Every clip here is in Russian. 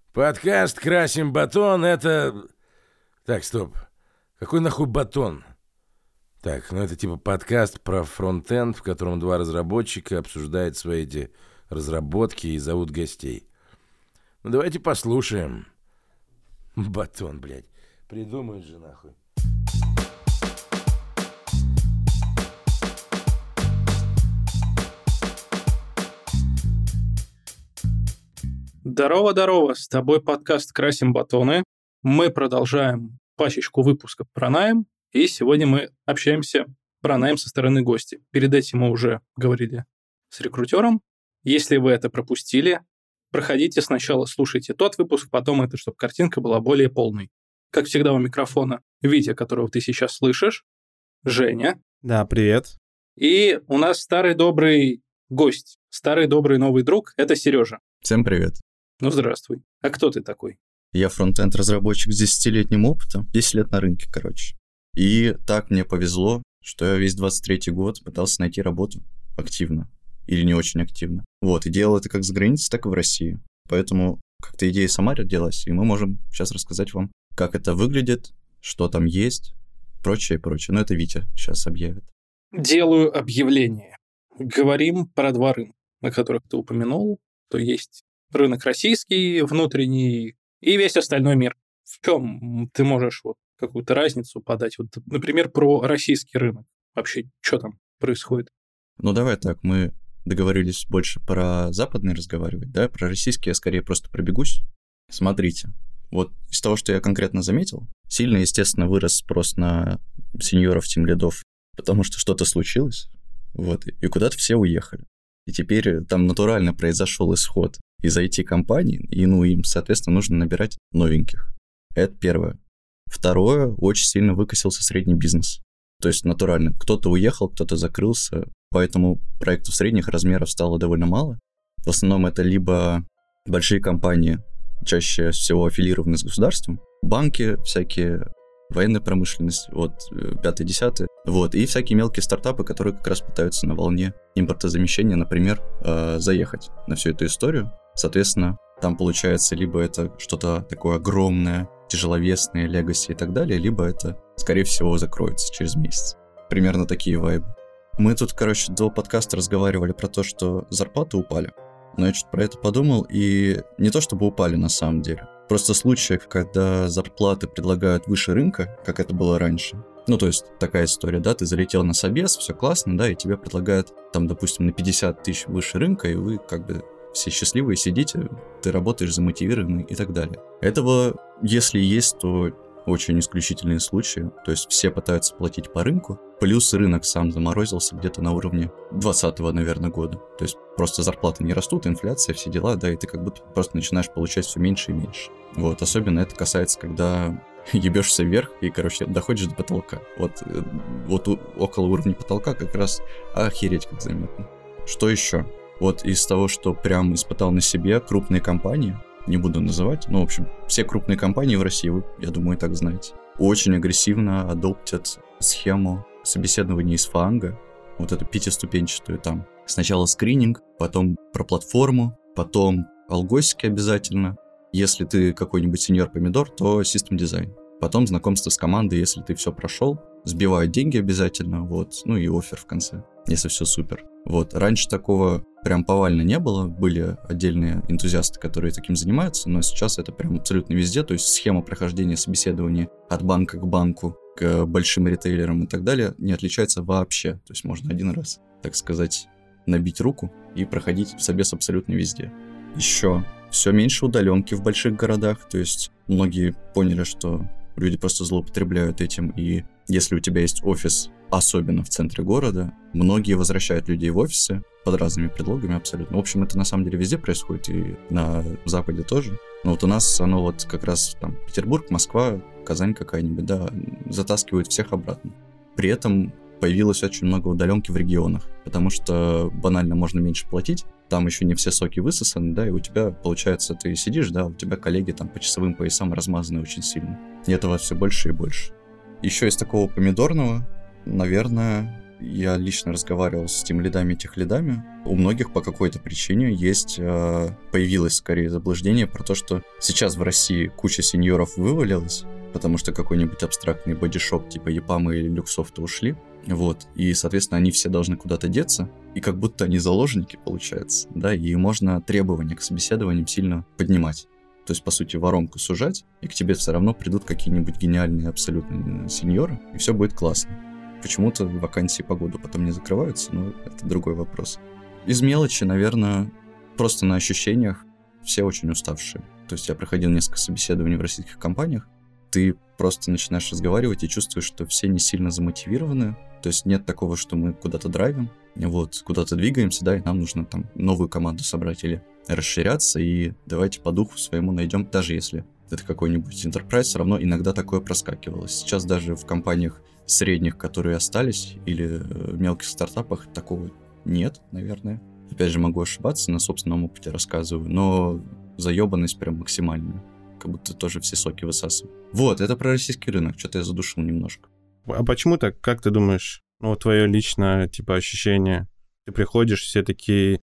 Подкаст «Красим батон» — это... Так, стоп. Какой нахуй батон? Так, это типа подкаст про фронтенд, в котором два разработчика обсуждают свои эти разработки и зовут гостей. Ну, давайте послушаем. Батон, блядь. Придумают же нахуй. Здорово, с тобой подкаст «Красим батоны». Мы продолжаем пачечку выпусков про найм, и сегодня мы общаемся про найм со стороны гостя. Перед этим мы уже говорили с рекрутером. Если вы это пропустили, проходите сначала, слушайте тот выпуск, потом это, чтобы картинка была более полной. Как всегда у микрофона Витя, которого ты сейчас слышишь, Женя. Да, привет. И у нас старый добрый гость, старый добрый новый друг – это Сережа. Всем привет. Ну, здравствуй. А кто ты такой? Я фронтенд-разработчик с 10-летним опытом, 10 лет на рынке, короче. И так мне повезло, что я весь 23-й год пытался найти работу активно или не очень активно. Вот, и делал это как за границей, так и в России. Поэтому как-то идея сама родилась, и мы можем сейчас рассказать вам, как это выглядит, что там есть, прочее. Но это Витя сейчас объявит. Делаю объявление. Говорим про два рынка, на которых ты упомянул. То есть рынок российский, внутренний и весь остальной мир. В чем ты можешь вот какую-то разницу подать? Вот, например, про российский рынок. Вообще, что там происходит? Ну, давай так, мы договорились больше про западный разговаривать, да? Про российский я скорее просто пробегусь. Смотрите, вот из того, что я конкретно заметил, сильно, естественно, вырос спрос на сеньоров, тимлидов, потому что что-то случилось, вот, и куда-то все уехали. И теперь там натурально произошел исход из IT-компаний, и, им, соответственно, нужно набирать новеньких. Это первое. Второе, очень сильно выкосился средний бизнес. То есть натурально кто-то уехал, кто-то закрылся, поэтому проектов средних размеров стало довольно мало. В основном это либо большие компании, чаще всего аффилированы с государством, банки всякие, военная промышленность, вот, 5-10, вот, и всякие мелкие стартапы, которые как раз пытаются на волне импортозамещения, например, заехать на всю эту историю. Соответственно, там получается либо это что-то такое огромное, тяжеловесное, легаси и так далее, либо это, скорее всего, закроется через месяц. Примерно такие вайбы. Мы тут, до подкаста разговаривали про то, что зарплаты упали, но я что-то про это подумал, и не то чтобы упали на самом деле. Просто случаев, когда зарплаты предлагают выше рынка, как это было раньше. То есть такая история, да, ты залетел на собес, все классно, да, и тебе предлагают, там, допустим, на 50 тысяч выше рынка, и вы все счастливые сидите, ты работаешь замотивированный и так далее. Этого, если есть, то очень исключительные случаи, то есть все пытаются платить по рынку, плюс рынок сам заморозился где-то на уровне 2020, наверное, года. То есть просто зарплаты не растут, инфляция, все дела, да, и ты как будто просто начинаешь получать все меньше и меньше. Вот, особенно это касается, когда ебешься вверх и, доходишь до потолка. Вот около уровня потолка как раз охереть как заметно. Что еще? Вот из того, что прям испытал на себе, крупные компании, не буду называть, в общем, все крупные компании в России, вы, я думаю, и так знаете, очень агрессивно адоптят схему собеседования из Фаанга, вот эту 5-ступенчатую там. Сначала скрининг, потом про платформу, потом алгосики обязательно. Если ты какой-нибудь сеньор-помидор, то систем дизайн. Потом знакомство с командой, если ты все прошел. Сбивают деньги обязательно, вот, и оффер в конце, если все супер. Вот, раньше такого прям повально не было, были отдельные энтузиасты, которые таким занимаются, но сейчас это прям абсолютно везде, то есть схема прохождения собеседования от банка к банку, к большим ритейлерам и так далее не отличается вообще, то есть можно один раз, так сказать, набить руку и проходить собес абсолютно везде. Еще все меньше удаленки в больших городах, то есть многие поняли, что люди просто злоупотребляют этим, и если у тебя есть офис, особенно в центре города, многие возвращают людей в офисы под разными предлогами абсолютно. В общем, это на самом деле везде происходит, и на Западе тоже. Но вот у нас оно вот как раз там Петербург, Москва, Казань какая-нибудь, да, затаскивают всех обратно. При этом появилось очень много удаленки в регионах, потому что банально можно меньше платить, там еще не все соки высосаны, да, и у тебя, получается, ты сидишь, да, у тебя коллеги там по часовым поясам размазаны очень сильно. И этого все больше и больше. Еще из такого помидорного, наверное, Я лично разговаривал с тимлидами и техлидами. У многих по какой-то причине появилось скорее заблуждение про то, что сейчас в России куча сеньоров вывалилась, потому что какой-нибудь абстрактный бодишоп типа Япама или Люксофта ушли. Вот. И, соответственно, они все должны куда-то деться, и как будто они заложники, получается, да, и можно требования к собеседованиям сильно поднимать. То есть, по сути, воронку сужать, и к тебе все равно придут какие-нибудь гениальные абсолютно сеньоры, и все будет классно. Почему-то вакансии по году потом не закрываются, но это другой вопрос. Из мелочи, наверное, просто на ощущениях все очень уставшие. То есть я проходил несколько собеседований в российских компаниях, ты просто начинаешь разговаривать и чувствуешь, что все не сильно замотивированы. То есть нет такого, что мы куда-то драйвим, вот, куда-то двигаемся, да, и нам нужно там новую команду собрать или расширяться, и давайте по духу своему найдем, даже если это какой-нибудь enterprise, все равно иногда такое проскакивало. Сейчас даже в компаниях средних, которые остались, или в мелких стартапах, такого нет, наверное. Опять же, могу ошибаться, на собственном опыте рассказываю, но заебанность прям максимальная. Как будто тоже все соки высасывают. Вот, это про российский рынок. Что-то я задушил немножко. А почему так? Как ты думаешь? Ну, твое личное, типа, ощущение. Ты приходишь, все такие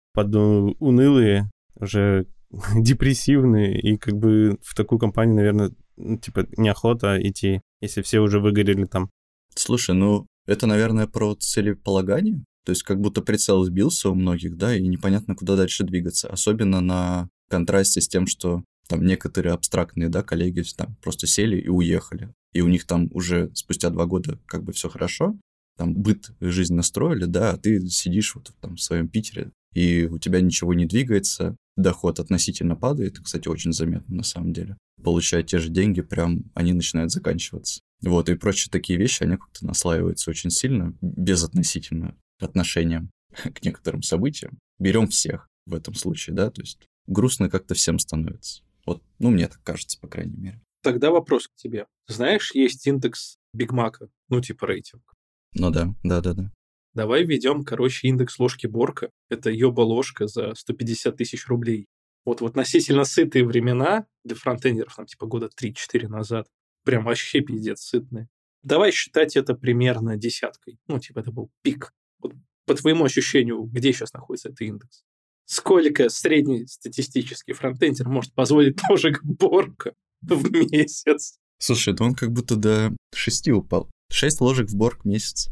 унылые, уже депрессивные, и как бы в такую компанию, наверное, типа, неохота идти, если все уже выгорели там. Слушай, это, наверное, про целеполагание. То есть как будто прицел сбился у многих, да, и непонятно, куда дальше двигаться. Особенно на контрасте с тем, что там некоторые абстрактные, да, коллеги там просто сели и уехали. И у них там уже спустя 2 года как бы все хорошо, там быт, жизнь настроили, да, а ты сидишь вот там в своем Питере, и у тебя ничего не двигается, доход относительно падает, кстати, очень заметно на самом деле. Получая те же деньги, прям они начинают заканчиваться. Вот, и прочие такие вещи, они как-то наслаиваются очень сильно, безотносительно отношения к некоторым событиям. Берем всех в этом случае, да, то есть грустно как-то всем становится. Вот, мне так кажется, по крайней мере. Тогда вопрос к тебе. Знаешь, есть индекс Биг Мака, типа рейтинг. Да. Давай введем, индекс ложки Борка. Это ёба-ложка за 150 тысяч рублей. Вот в относительно сытые времена для фронтендеров, там типа года 3-4 назад, прям вообще пиздец сытные. Давай считать это примерно десяткой. Это был пик. Вот по твоему ощущению, где сейчас находится этот индекс? Сколько среднестатистический фронтендер может позволить ложек Борка в месяц? Слушай, он как будто до 6 упал. 6 ложек в Борг в месяц.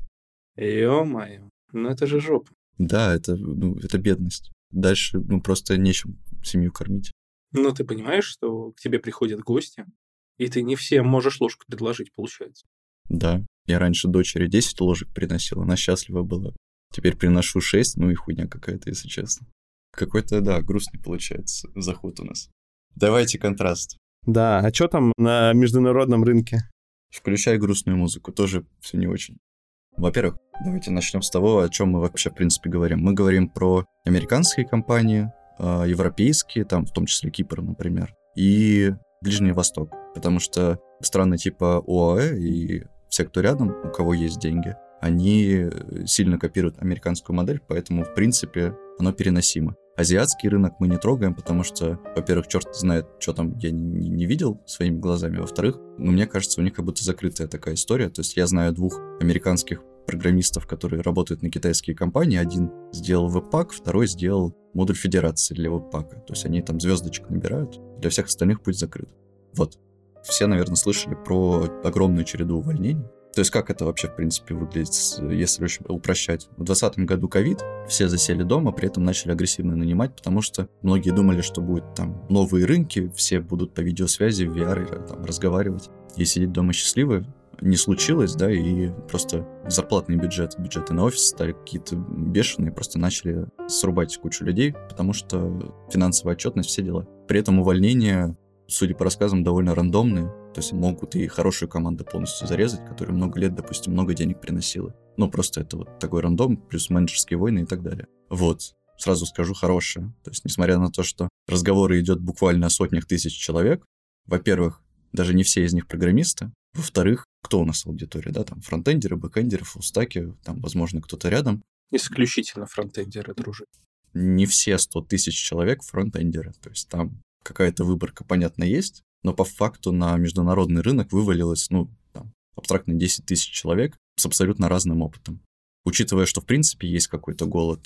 Ё-моё, это же жопа. Да, это бедность. Дальше, просто нечем семью кормить. Ты понимаешь, что к тебе приходят гости, и ты не всем можешь ложку предложить, получается. Да, я раньше дочери 10 ложек приносил, она счастлива была. Теперь приношу 6, и хуйня какая-то, если честно. Какой-то, да, грустный получается заход у нас. Давайте контраст. Да, а что там на международном рынке? Включай грустную музыку, тоже все не очень. Во-первых, давайте начнем с того, о чем мы вообще, в принципе, говорим. Мы говорим про американские компании, европейские, там, в том числе Кипр, например, и Ближний Восток. Потому что страны типа ОАЭ и все, кто рядом, у кого есть деньги, они сильно копируют американскую модель, поэтому, в принципе, оно переносимо. Азиатский рынок мы не трогаем, потому что, во-первых, черт знает, что там я не видел своими глазами, во-вторых, мне кажется, у них как будто закрытая такая история. То есть я знаю 2 американских программистов, которые работают на китайские компании. Один сделал веб-пак, второй сделал модуль федерации для веб-пака. То есть они там звездочек набирают, для всех остальных путь закрыт. Вот. Все, наверное, слышали про огромную череду увольнений. То есть как это вообще, в принципе, выглядит, если очень упрощать? В 2020 году ковид, все засели дома, при этом начали агрессивно нанимать, потому что многие думали, что будут там новые рынки, все будут по видеосвязи, в VR там разговаривать и сидеть дома счастливы. Не случилось, да, и просто зарплатные бюджеты на офис стали какие-то бешеные, просто начали срубать кучу людей, потому что финансовая отчетность, все дела. При этом увольнения, судя по рассказам, довольно рандомные. То есть могут и хорошую команду полностью зарезать, которая много лет, допустим, много денег приносила. Просто это вот такой рандом, плюс менеджерские войны и так далее. Вот. Сразу скажу, хорошее. То есть, несмотря на то, что разговоры идет буквально о сотнях тысяч человек, во-первых, даже не все из них программисты. Во-вторых, кто у нас в аудитории, да, там фронтендеры, бэкендеры, фуллстаки, там, возможно, кто-то рядом. Исключительно фронтендеры, дружи. Не все 100 тысяч человек фронтендеры, то есть там какая-то выборка, понятно, есть, но по факту на международный рынок вывалилось, абстрактно 10 тысяч человек с абсолютно разным опытом. учитывая, что в принципе есть какой-то голод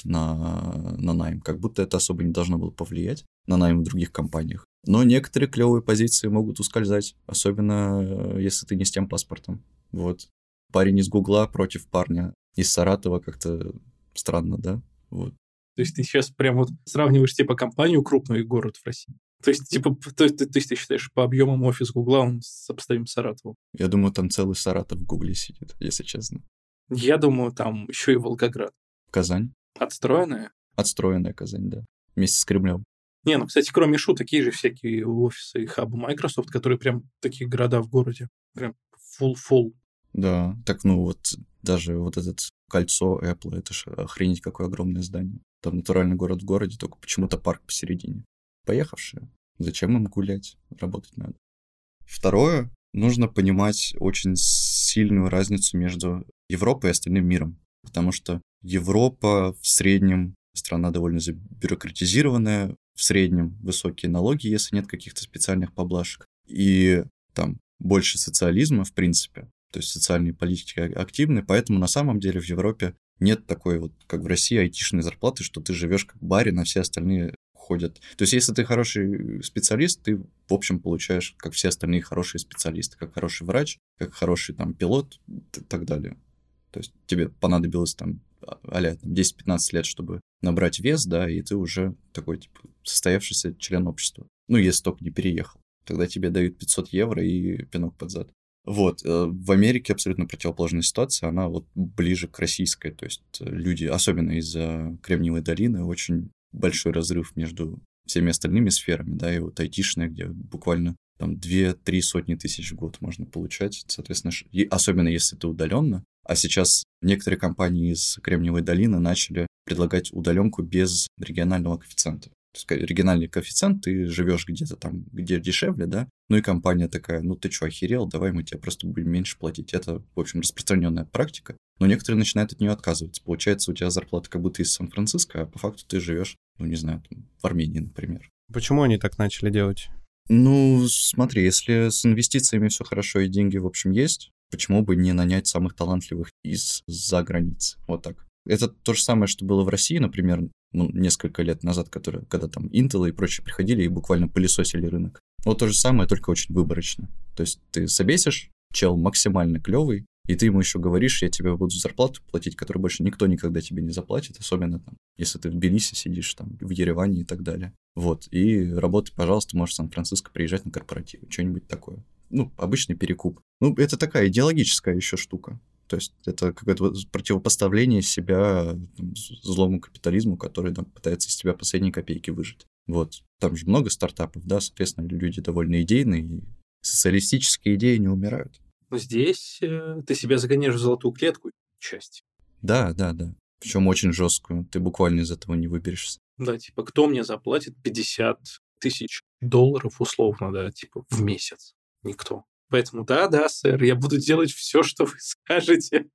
на найм, как будто это особо не должно было повлиять на найм в других компаниях. Но некоторые клевые позиции могут ускользать, особенно если ты не с тем паспортом. Вот. Парень из Гугла против парня из Саратова как-то странно, да? Вот. То есть ты сейчас прям вот сравниваешь типа компанию крупную и город в России. То есть, типа, то есть ты считаешь, по объемам офис Гугла он сопоставим с Саратовым? Я думаю, там целый Саратов в Гугле сидит, если честно. Я думаю, там еще и Волгоград. Казань. Отстроенная? Отстроенная Казань, да. Вместе с Кремлем. Не, ну, кстати, кроме шуток, такие же всякие офисы и хабы Microsoft, которые прям такие города в городе. Прям full. Да, так, ну вот даже вот этот кольцо Apple, это же охренеть какое огромное здание. Там натуральный город в городе, только почему-то парк посередине. Поехавшие. Зачем им гулять? Работать надо. Второе, нужно понимать очень сильную разницу между Европой и остальным миром. Потому что Европа в среднем страна довольно забюрократизированная, в среднем высокие налоги, если нет каких-то специальных поблажек. И там больше социализма, в принципе. То есть социальные политики активны, поэтому на самом деле в Европе нет такой вот, как в России, айтишной зарплаты, что ты живешь как барин, а все остальные ходят. То есть если ты хороший специалист, ты, в общем, получаешь, как все остальные хорошие специалисты, как хороший врач, как хороший там пилот и так далее. То есть тебе понадобилось там а-ля 10-15 лет, чтобы набрать вес, да, и ты уже такой, типа, состоявшийся член общества. Ну, если только не переехал. Тогда тебе дают 500 евро и пинок под зад. Вот, в Америке абсолютно противоположная ситуация, она вот ближе к российской, то есть люди, особенно из-за Кремниевой долины, очень большой разрыв между всеми остальными сферами, да, и вот айтишная, где буквально там 2-3 сотни тысяч в год можно получать, соответственно, и особенно если ты удаленно. А сейчас некоторые компании из Кремниевой долины начали предлагать удаленку без регионального коэффициента. То есть региональный коэффициент, ты живешь где-то там, где дешевле, да, ну и компания такая, ну ты что, охерел, давай мы тебе просто будем меньше платить. Это, в общем, распространенная практика, но некоторые начинают от нее отказываться. Получается, у тебя зарплата как будто из Сан-Франциско, а по факту ты живешь, ну не знаю, там, в Армении, например. Почему они так начали делать? Ну, смотри, если с инвестициями все хорошо и деньги, в общем, есть, почему бы не нанять самых талантливых из-за границы? Вот так. Это то же самое, что было в России, например, несколько лет назад, когда там Intel и прочие приходили и буквально пылесосили рынок. Вот то же самое, только очень выборочно. То есть ты собесишь, чел максимально клевый, и ты ему еще говоришь, я тебе буду зарплату платить, которую больше никто никогда тебе не заплатит, особенно там, если ты в Тбилиси сидишь, там, в Ереване и так далее. Вот, и работай, пожалуйста, можешь в Сан-Франциско приезжать на корпоративы, что-нибудь такое. Ну, обычный перекуп. Ну, это такая идеологическая еще штука. То есть это какое-то противопоставление себя злому капитализму, который там пытается из тебя последние копейки выжить. Вот. Там же много стартапов, да, соответственно, люди довольно идейные, и социалистические идеи не умирают. Но здесь ты себя загоняешь в золотую клетку, часть. Да. Причем очень жесткую. Ты буквально из этого не выберешься. Да, типа, кто мне заплатит 50 тысяч долларов условно, да, типа, в месяц? Никто. Поэтому да, сэр, я буду делать все, что вы скажете.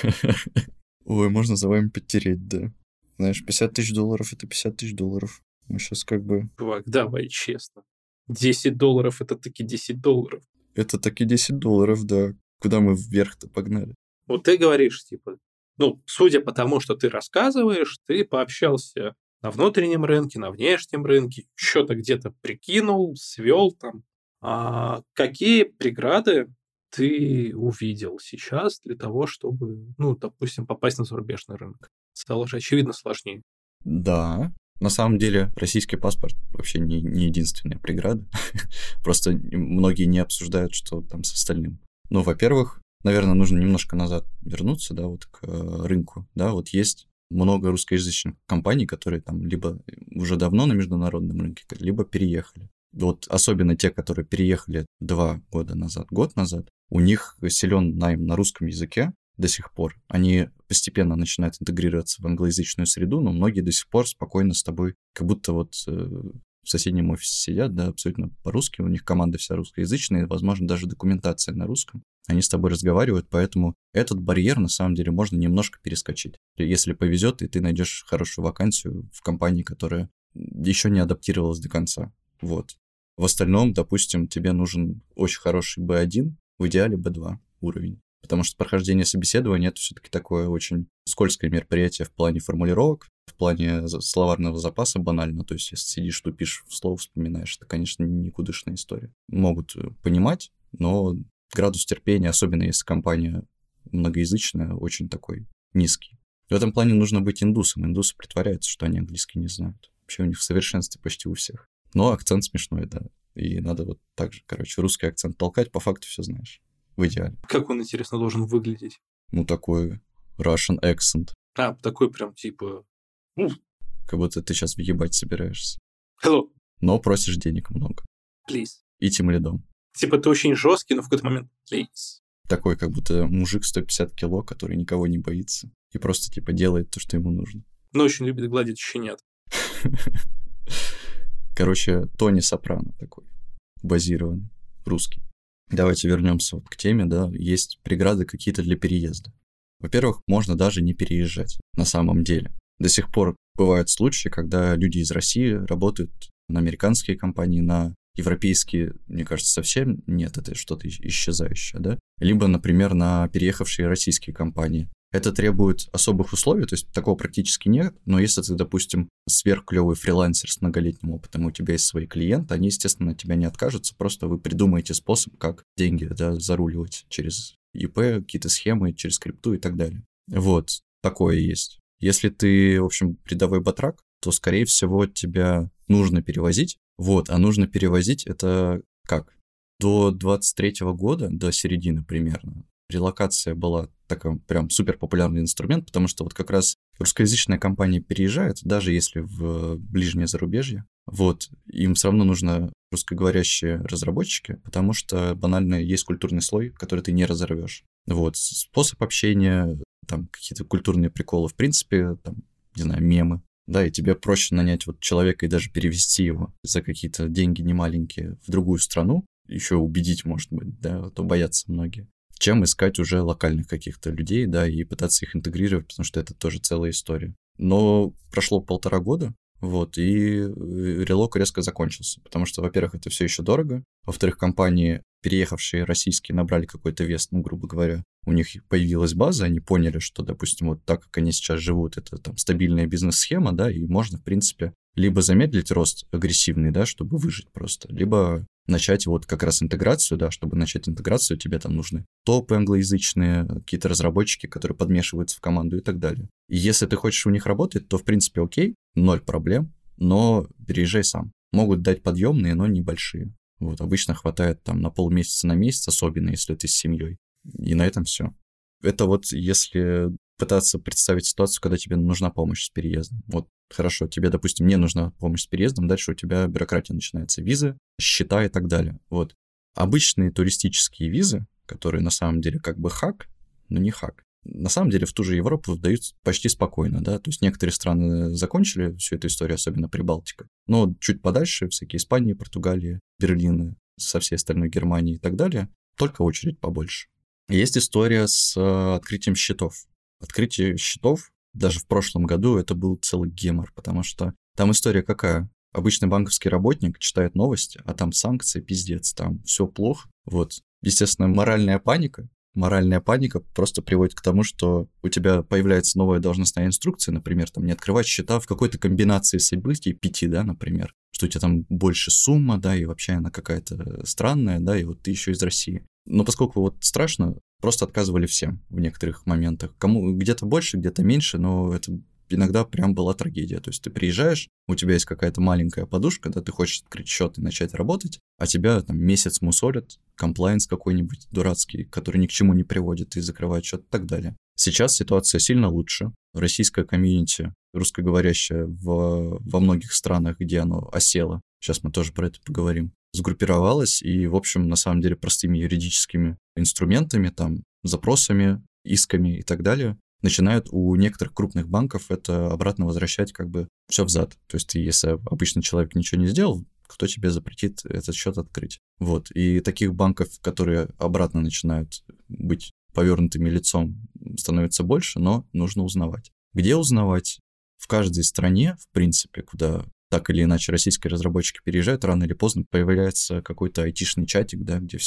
Ой, можно за вами подтереть, да. Знаешь, 50 тысяч долларов — это 50 тысяч долларов. Мы сейчас как бы... Чувак, давай честно. 10 долларов — это таки 10 долларов. Это таки 10 долларов, да. Куда мы вверх-то погнали? Вот ты говоришь, типа, ну, судя по тому, что ты рассказываешь, ты пообщался на внутреннем рынке, на внешнем рынке, что-то где-то прикинул, свел там. А какие преграды ты увидел сейчас для того, чтобы, ну, допустим, попасть на зарубежный рынок? Стало же, очевидно, сложнее. Да. На самом деле российский паспорт вообще не единственная преграда. Просто многие не обсуждают, что там с остальным. Ну, во-первых, наверное, нужно немножко назад вернуться, да, вот к рынку. Да, вот есть много русскоязычных компаний, которые там либо уже давно на международном рынке, либо переехали. Вот особенно те, которые переехали 2 года назад, год назад, у них силен найм на русском языке до сих пор. Они постепенно начинают интегрироваться в англоязычную среду, но многие до сих пор спокойно с тобой, как будто вот в соседнем офисе сидят, да, абсолютно по-русски, у них команда вся русскоязычная, возможно, даже документация на русском. Они с тобой разговаривают, поэтому этот барьер, на самом деле, можно немножко перескочить. Если повезет, и ты найдешь хорошую вакансию в компании, которая еще не адаптировалась до конца. Вот. В остальном, допустим, тебе нужен очень хороший B1, в идеале B2 уровень. Потому что прохождение собеседования — это все-таки такое очень скользкое мероприятие в плане формулировок, в плане словарного запаса банально. То есть, если сидишь, тупишь в слово, вспоминаешь, это, конечно, никудышная история. Могут понимать, но градус терпения, особенно если компания многоязычная, очень такой низкий. В этом плане нужно быть индусом. Индусы притворяются, что они английский не знают. Вообще у них в совершенстве почти у всех. Но акцент смешной, да. И надо вот так же, русский акцент толкать, по факту все знаешь. В идеале. Как он, интересно, должен выглядеть? Ну, такой Russian accent. Такой прям типа... Как будто ты сейчас въебать собираешься. Hello. Но просишь денег много. Please. И тем лидом. Типа ты очень жесткий, но в какой-то момент please. Такой, как будто мужик 150 кило, который никого не боится. И просто, типа, делает то, что ему нужно. Но очень любит гладить щенят. Короче, Тони Сопрано такой. Базированный. Русский. Давайте вернемся вот к теме, да. Есть преграды какие-то для переезда. Во-первых, можно даже не переезжать на самом деле. До сих пор бывают случаи, когда люди из России работают на американские компании, на европейские, мне кажется, совсем нет, это что-то исчезающее, да? Либо, например, на переехавшие российские компании. Это требует особых условий, то есть такого практически нет, но если ты, допустим, сверхклёвый фрилансер с многолетним опытом, и у тебя есть свои клиенты, они, естественно, от тебя не откажутся, просто вы придумаете способ, как деньги, да, заруливать через ИП, какие-то схемы, через крипту и так далее. Вот, такое есть. Если ты, в общем, рядовой батрак, то, скорее всего, тебя нужно перевозить. Вот, а нужно перевозить это как? До 23-го года, до середины примерно, релокация была такой прям супер популярный инструмент, потому что вот как раз русскоязычная компания переезжает, даже если в ближнее зарубежье, вот, им все равно нужно русскоговорящие разработчики, потому что банально есть культурный слой, который ты не разорвешь. Вот, способ общения, там какие-то культурные приколы, в принципе, там, не знаю, мемы. Да, и тебе проще нанять вот человека и даже перевести его за какие-то деньги немаленькие в другую страну, еще убедить, может быть, да, а то боятся многие, чем искать уже локальных каких-то людей, да, и пытаться их интегрировать, потому что это тоже целая история. Но прошло 1,5 года, вот, и релок резко закончился, потому что, во-первых, это все еще дорого, во-вторых, компании, переехавшие российские, набрали какой-то вес, ну, грубо говоря, у них появилась база, они поняли, что, допустим, вот так, как они сейчас живут, это там стабильная бизнес-схема, да, и можно, в принципе, либо замедлить рост агрессивный, да, чтобы выжить просто, либо начать вот как раз интеграцию, да, чтобы начать интеграцию, тебе там нужны топы англоязычные, какие-то разработчики, которые подмешиваются в команду и так далее. И если ты хочешь у них работать, то, в принципе, окей, 0 проблем, но переезжай сам. Могут дать подъемные, но небольшие. Вот, обычно хватает там на полмесяца, на месяц, особенно если ты с семьей. И на этом все. Это вот если пытаться представить ситуацию, когда тебе нужна помощь с переездом. Вот хорошо, тебе, допустим, не нужна помощь с переездом, дальше у тебя бюрократия начинается, визы, счета и так далее. Вот. Обычные туристические визы, которые на самом деле как бы хак, но не хак. На самом деле в ту же Европу выдают почти спокойно, да, то есть некоторые страны закончили всю эту историю, особенно Прибалтика, но чуть подальше, всякие Испании, Португалии, Берлины, со всей остальной Германии и так далее, только очередь побольше. Есть история с открытием счетов. Открытие счетов даже в прошлом году это был целый гемор, потому что там история какая? Обычный банковский работник читает новости, а там санкции, пиздец, там все плохо. Вот, естественно, моральная паника просто приводит к тому, что у тебя появляется новая должностная инструкция, например, там не открывать счета в какой-то комбинации событий, 5, да, например, что у тебя там больше сумма, да, и вообще она какая-то странная, да, и вот ты еще из России. Но поскольку вот страшно, просто отказывали всем в некоторых моментах. Кому где-то больше, где-то меньше, но это иногда прям была трагедия. То есть ты приезжаешь, у тебя есть какая-то маленькая подушка, да, ты хочешь открыть счет и начать работать, а тебя там месяц мусолят, комплайнс какой-нибудь дурацкий, который ни к чему не приводит, и закрывает счет и так далее. Сейчас ситуация сильно лучше. Российская комьюнити, русскоговорящая во многих странах, где оно осело, сейчас мы тоже про это поговорим, сгруппировалась и, в общем, на самом деле простыми юридическими инструментами, там, запросами, исками и так далее, начинают у некоторых крупных банков это обратно возвращать как бы все взад. То есть если обычный человек ничего не сделал, кто тебе запретит этот счет открыть? Вот. И таких банков, которые обратно начинают быть повернутыми лицом, становится больше, но нужно узнавать. Где узнавать? В каждой стране, в принципе, куда так или иначе российские разработчики переезжают, рано или поздно появляется какой-то айтишный чатик, да, где все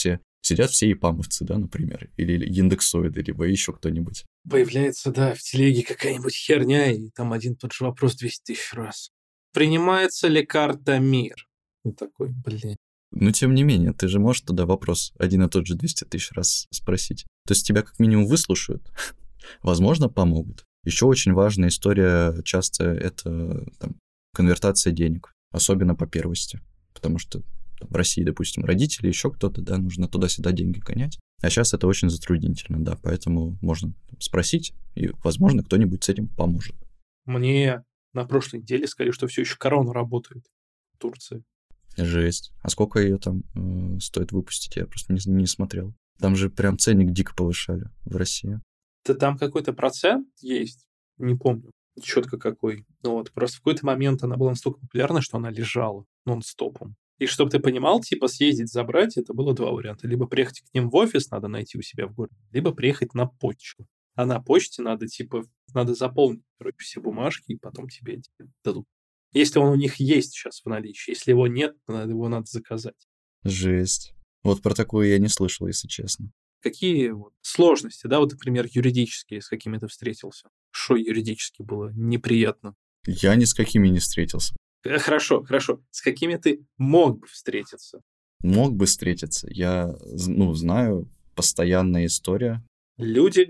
сидят все ипамовцы, да, например, или индексоиды, либо еще кто-нибудь. Появляется, да, в телеге какая-нибудь херня, и там один тот же вопрос 200 тысяч раз. Принимается ли карта МИР? И такой, блин. Но тем не менее, ты же можешь туда вопрос один и тот же 200 тысяч раз спросить. То есть тебя как минимум выслушают, возможно, помогут. Еще очень важная история часто это там, конвертация денег, особенно по первости, потому что в России, допустим, родители, еще кто-то, да, нужно туда-сюда деньги гонять. А сейчас это очень затруднительно, да, поэтому можно спросить, и, возможно, кто-нибудь с этим поможет. Мне на прошлой неделе сказали, что все еще корона работает в Турции. Жесть. А сколько ее там стоит выпустить? Я просто не смотрел. Там же прям ценник дико повышали в России. Да там какой-то процент есть, не помню четко какой. Ну вот, просто в какой-то момент она была настолько популярна, что она лежала нон-стопом. И чтобы ты понимал, типа съездить забрать, это было два варианта. Либо приехать к ним в офис, надо найти у себя в городе, либо приехать на почту. А на почте надо, типа, надо заполнить, короче, все бумажки, и потом тебе дадут. Если он у них есть сейчас в наличии, если его нет, его надо заказать. Жесть. Вот про такое я не слышал, если честно. Какие вот сложности, да, вот, например, юридические, с какими ты встретился? Что юридически было неприятно? Я ни с какими не встретился. Хорошо. С какими ты мог бы встретиться? Мог бы встретиться. Я, знаю, постоянная история. Люди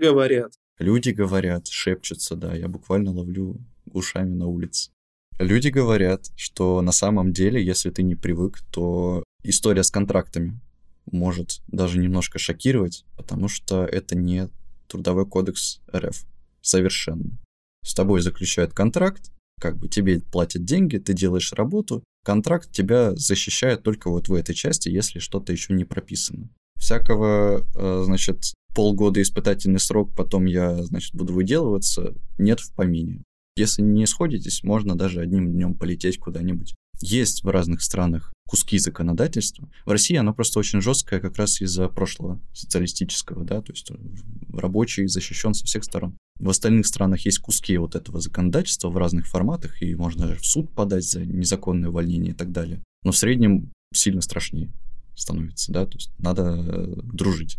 говорят, Шепчутся, да. Я буквально ловлю ушами на улице. Люди говорят, что на самом деле, если ты не привык, то история с контрактами может даже немножко шокировать, потому что это не Трудовой кодекс РФ. Совершенно. С тобой заключают контракт, как бы тебе платят деньги, ты делаешь работу, контракт тебя защищает только вот в этой части, если что-то еще не прописано. Всякого, значит, полгода испытательный срок, потом я, значит, буду выделываться, нет в помине. Если не сходитесь, можно даже одним днем полететь куда-нибудь. Есть в разных странах куски законодательства. В России оно просто очень жесткое как раз из-за прошлого социалистического, да, то есть рабочий защищен со всех сторон. В остальных странах есть куски вот этого законодательства в разных форматах, и можно даже в суд подать за незаконное увольнение и так далее. Но в среднем сильно страшнее становится, да, то есть надо дружить.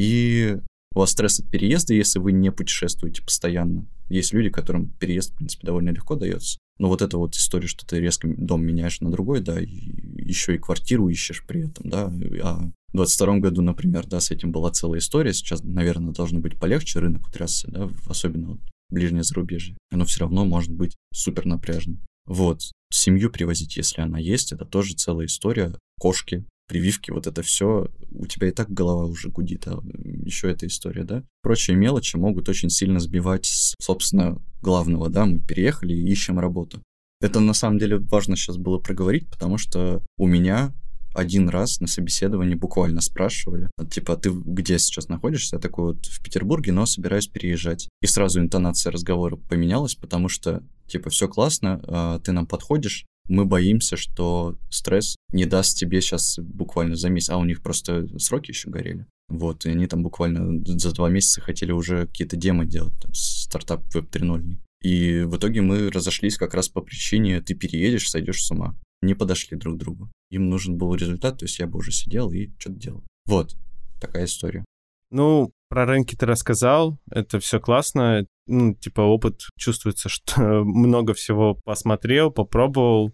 И у вас стресс от переезда, если вы не путешествуете постоянно. Есть люди, которым переезд, в принципе, довольно легко дается. Но вот эта вот история, что ты резко дом меняешь на другой, да, и еще и квартиру ищешь при этом, да. А в 22-м году, например, да, с этим была целая история. Сейчас, наверное, должно быть полегче, рынок утрясся, да, особенно вот ближнее зарубежье. Но все равно может быть супер напряжно. Вот. Семью привозить, если она есть, это тоже целая история. Кошки, прививки, вот это все, у тебя и так голова уже гудит, а еще эта история, да. Прочие мелочи могут очень сильно сбивать с, собственно, главного, да, мы переехали и ищем работу. Это на самом деле важно сейчас было проговорить, потому что у меня один раз на собеседовании буквально спрашивали, типа, ты где сейчас находишься? Я такой вот в Петербурге, но собираюсь переезжать. И сразу интонация разговора поменялась, потому что, типа, все классно, ты нам подходишь, мы боимся, что стресс не даст тебе сейчас буквально за месяц, а у них просто сроки еще горели. Вот, и они там буквально за 2 месяца хотели уже какие-то демо делать, там, стартап Web 3.0. И в итоге мы разошлись как раз по причине «ты переедешь, сойдешь с ума». Не подошли друг к другу. Им нужен был результат, то есть я бы уже сидел и что-то делал. Вот, такая история. Ну, про рынки ты рассказал, это все классно. Ну, типа, опыт чувствуется, что много всего посмотрел, попробовал,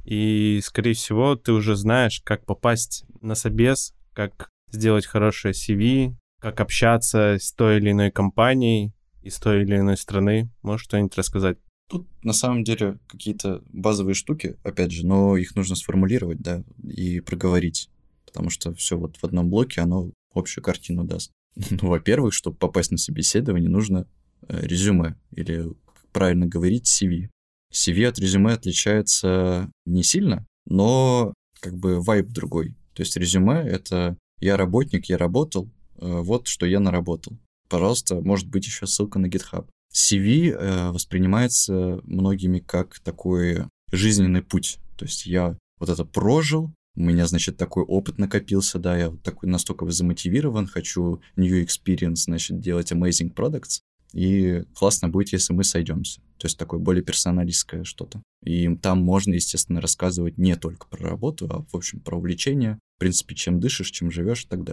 и, скорее всего, ты уже знаешь, как попасть на собес, как сделать хорошее CV, как общаться с той или иной компанией из той или иной страны. Можешь что-нибудь рассказать? Тут, на самом деле, какие-то базовые штуки, опять же, но их нужно сформулировать, да, и проговорить, потому что все вот в одном блоке, оно общую картину даст. Ну, во-первых, чтобы попасть на собеседование, нужно резюме, или, как правильно говорить, CV. CV от резюме отличается не сильно, но как бы вайб другой. То есть резюме — это «я работник, я работал, вот что я наработал». Пожалуйста, может быть еще ссылка на GitHub. CV воспринимается многими как такой жизненный путь. То есть я вот это прожил, у меня, значит, такой опыт накопился, да, я вот такой настолько замотивирован, хочу new experience, значит, делать amazing products, и классно будет, если мы сойдемся. То есть такое более персоналистское что-то. И там можно, естественно, рассказывать не только про работу, а, в общем, про увлечения, в принципе, чем дышишь, чем живешь и так далее.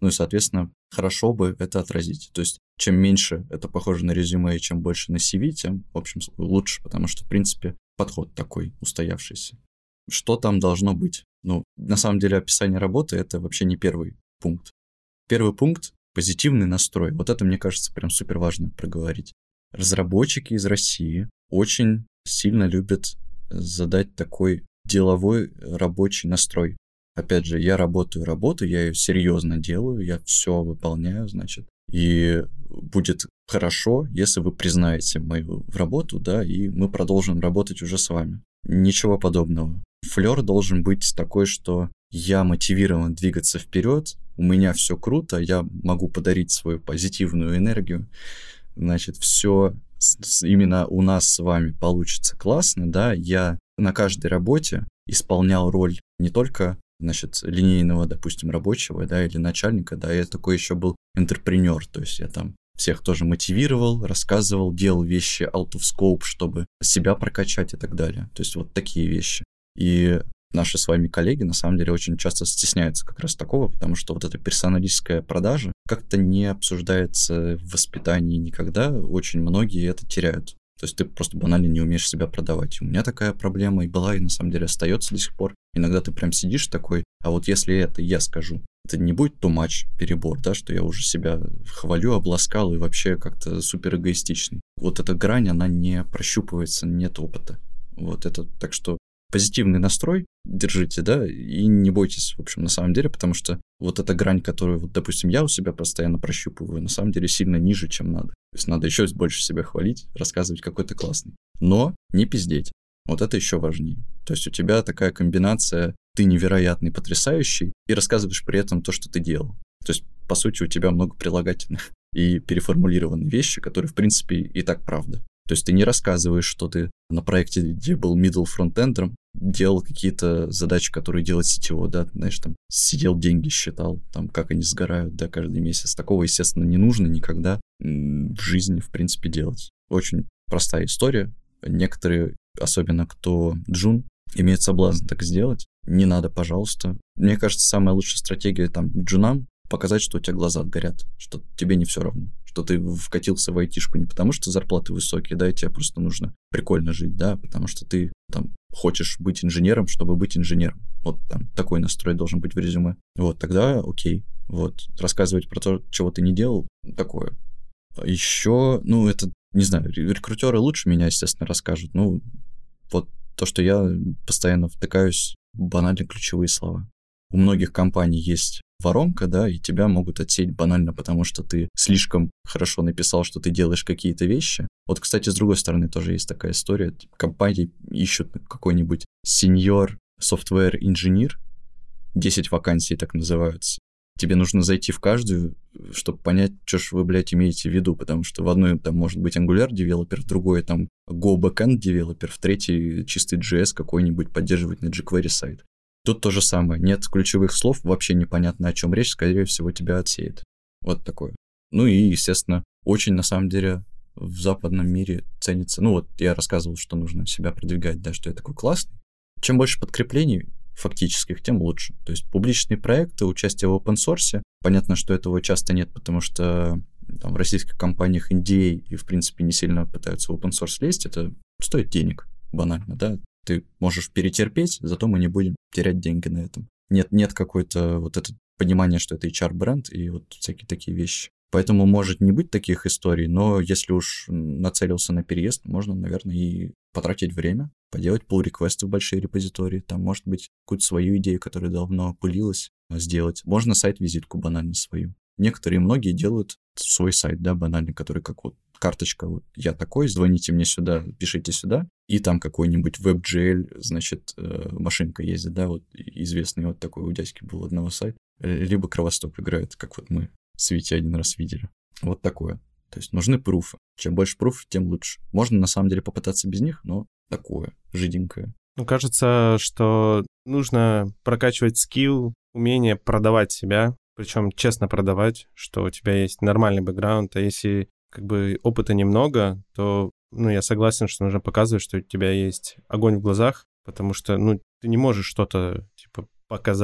Ну и, соответственно, хорошо бы это отразить. То есть чем меньше это похоже на резюме и чем больше на CV, тем, в общем, лучше, потому что, в принципе, подход такой устоявшийся. Что там должно быть? Ну, на самом деле, описание работы — это вообще не первый пункт. Первый пункт — позитивный настрой. Вот это, мне кажется, прям супер важно проговорить. Разработчики из России очень сильно любят задать такой деловой рабочий настрой. Опять же, я работаю, я ее серьезно делаю, я все выполняю, значит, и будет хорошо, если вы признаете мою работу, да, и мы продолжим работать уже с вами. Ничего подобного. Флёр должен быть такой, что я мотивирован двигаться вперед, у меня все круто, я могу подарить свою позитивную энергию, значит, все именно у нас с вами получится классно, да, я на каждой работе исполнял роль не только, значит, линейного, допустим, рабочего, да, или начальника, да, я такой еще был энтерпренер, то есть я там всех тоже мотивировал, рассказывал, делал вещи out of scope, чтобы себя прокачать и так далее. То есть вот такие вещи. И наши с вами коллеги, на самом деле, очень часто стесняются как раз такого, потому что вот эта персоналистская продажа как-то не обсуждается в воспитании никогда. Очень многие это теряют. То есть ты просто банально не умеешь себя продавать. У меня такая проблема и была, и на самом деле остается до сих пор. Иногда ты прям сидишь такой, а вот если это я скажу, это не будет too much, перебор, да, что я уже себя хвалю, обласкал и вообще как-то супер эгоистичный. Вот эта грань, она не прощупывается, нет опыта. Вот это, так что позитивный настрой держите, да, и не бойтесь, в общем, на самом деле, потому что вот эта грань, которую, вот, допустим, я у себя постоянно прощупываю, на самом деле сильно ниже, чем надо. То есть надо еще больше себя хвалить, рассказывать, какой ты классный. Но не пиздеть. Вот это еще важнее. То есть у тебя такая комбинация, ты невероятный, потрясающий, и рассказываешь при этом то, что ты делал. То есть, по сути, у тебя много прилагательных и переформулированные вещи, которые, в принципе, и так правда. То есть ты не рассказываешь, что ты на проекте, где был middle фронтендером, делал какие-то задачи, которые делать сетево, да, знаешь, там, сидел, деньги считал, там, как они сгорают, да, каждый месяц. Такого, естественно, не нужно никогда в жизни, в принципе, делать. Очень простая история. Некоторые, особенно кто джун, имеют соблазн так сделать. Не надо, пожалуйста. Мне кажется, самая лучшая стратегия там джунам показать, что у тебя глаза горят, что тебе не все равно, что ты вкатился в айтишку не потому, что зарплаты высокие, да, и тебе просто нужно прикольно жить, да, потому что ты там хочешь быть инженером, чтобы быть инженером. Вот там такой настрой должен быть в резюме. Вот, тогда окей. Вот, рассказывать про то, чего ты не делал, такое. Еще, ну, это, не знаю, рекрутеры лучше меня, естественно, расскажут. Ну, вот то, что я постоянно втыкаюсь в банальные ключевые слова. У многих компаний есть воронка, да, и тебя могут отсеять банально, потому что ты слишком хорошо написал, что ты делаешь какие-то вещи. Вот, кстати, с другой стороны тоже есть такая история. Компании ищут какой-нибудь senior software инженер, 10 вакансий так называются. Тебе нужно зайти в каждую, чтобы понять, что ж вы, блядь, имеете в виду, потому что в одной там может быть Angular девелопер, в другой там Go backend девелопер, в третьей чистый JS какой-нибудь поддерживать на jQuery сайт. Тут то же самое. Нет ключевых слов, вообще непонятно, о чем речь, скорее всего, тебя отсеет. Вот такое. Ну и, естественно, очень, на самом деле, в западном мире ценится... Ну вот я рассказывал, что нужно себя продвигать, да, что я такой классный. Чем больше подкреплений фактических, тем лучше. То есть публичные проекты, участие в open source. Понятно, что этого часто нет, потому что там в российских компаниях NDA и, в принципе, не сильно пытаются в open source лезть. Это стоит денег, банально, да. Ты можешь перетерпеть, зато мы не будем терять деньги на этом. Нет какой-то вот это понимания, что это HR-бренд и вот всякие такие вещи. Поэтому может не быть таких историй, но если уж нацелился на переезд, можно, наверное, и потратить время, поделать pull-реквесты в большие репозитории, там, может быть, какую-то свою идею, которая давно пылилась, сделать. Можно сайт-визитку банально свою. Некоторые, многие делают свой сайт, да, банально, который как вот карточка, вот я такой, звоните мне сюда, пишите сюда, и там какой-нибудь WebGL, значит, машинка ездит, да, вот известный вот такой у дядьки был одного сайта, либо Кровостоп играет, как вот мы с Витей один раз видели. Вот такое. То есть нужны пруфы. Чем больше пруфов, тем лучше. Можно на самом деле попытаться без них, но такое, жиденькое. Ну, кажется, что нужно прокачивать скилл, умение продавать себя, причем честно продавать, что у тебя есть нормальный бэкграунд, а если как бы опыта немного, то, ну, я согласен, что нужно показывать, что у тебя есть огонь в глазах, потому что, ну, ты не можешь что-то, типа, показать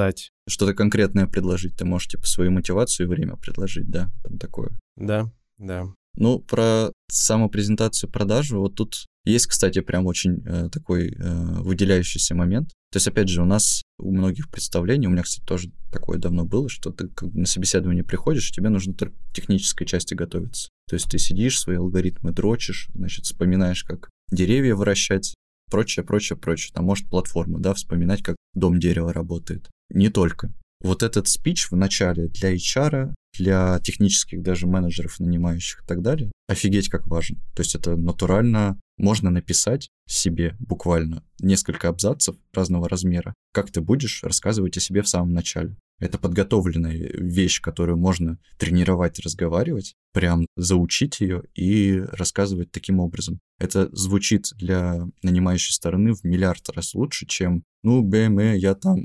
что-то конкретное предложить. Ты можешь, типа, свою мотивацию и время предложить, да, там такое. Да. Ну, про самопрезентацию, продажу, вот тут есть, кстати, прям очень такой выделяющийся момент. То есть, опять же, у нас у многих представлений, у меня, кстати, тоже такое давно было, что ты на собеседование приходишь, тебе нужно только к технической части готовиться. То есть ты сидишь, свои алгоритмы дрочишь, значит, вспоминаешь, как деревья выращать, прочее. Там, может, платформу, да, вспоминать, как дом дерева работает. Не только. Вот этот спич в начале для HR, для технических даже менеджеров, нанимающих и так далее, офигеть как важен. То есть это натурально можно написать себе буквально несколько абзацев разного размера, как ты будешь рассказывать о себе в самом начале. Это подготовленная вещь, которую можно тренировать, разговаривать, прям заучить ее и рассказывать таким образом. Это звучит для нанимающей стороны в миллиард раз лучше, чем я там...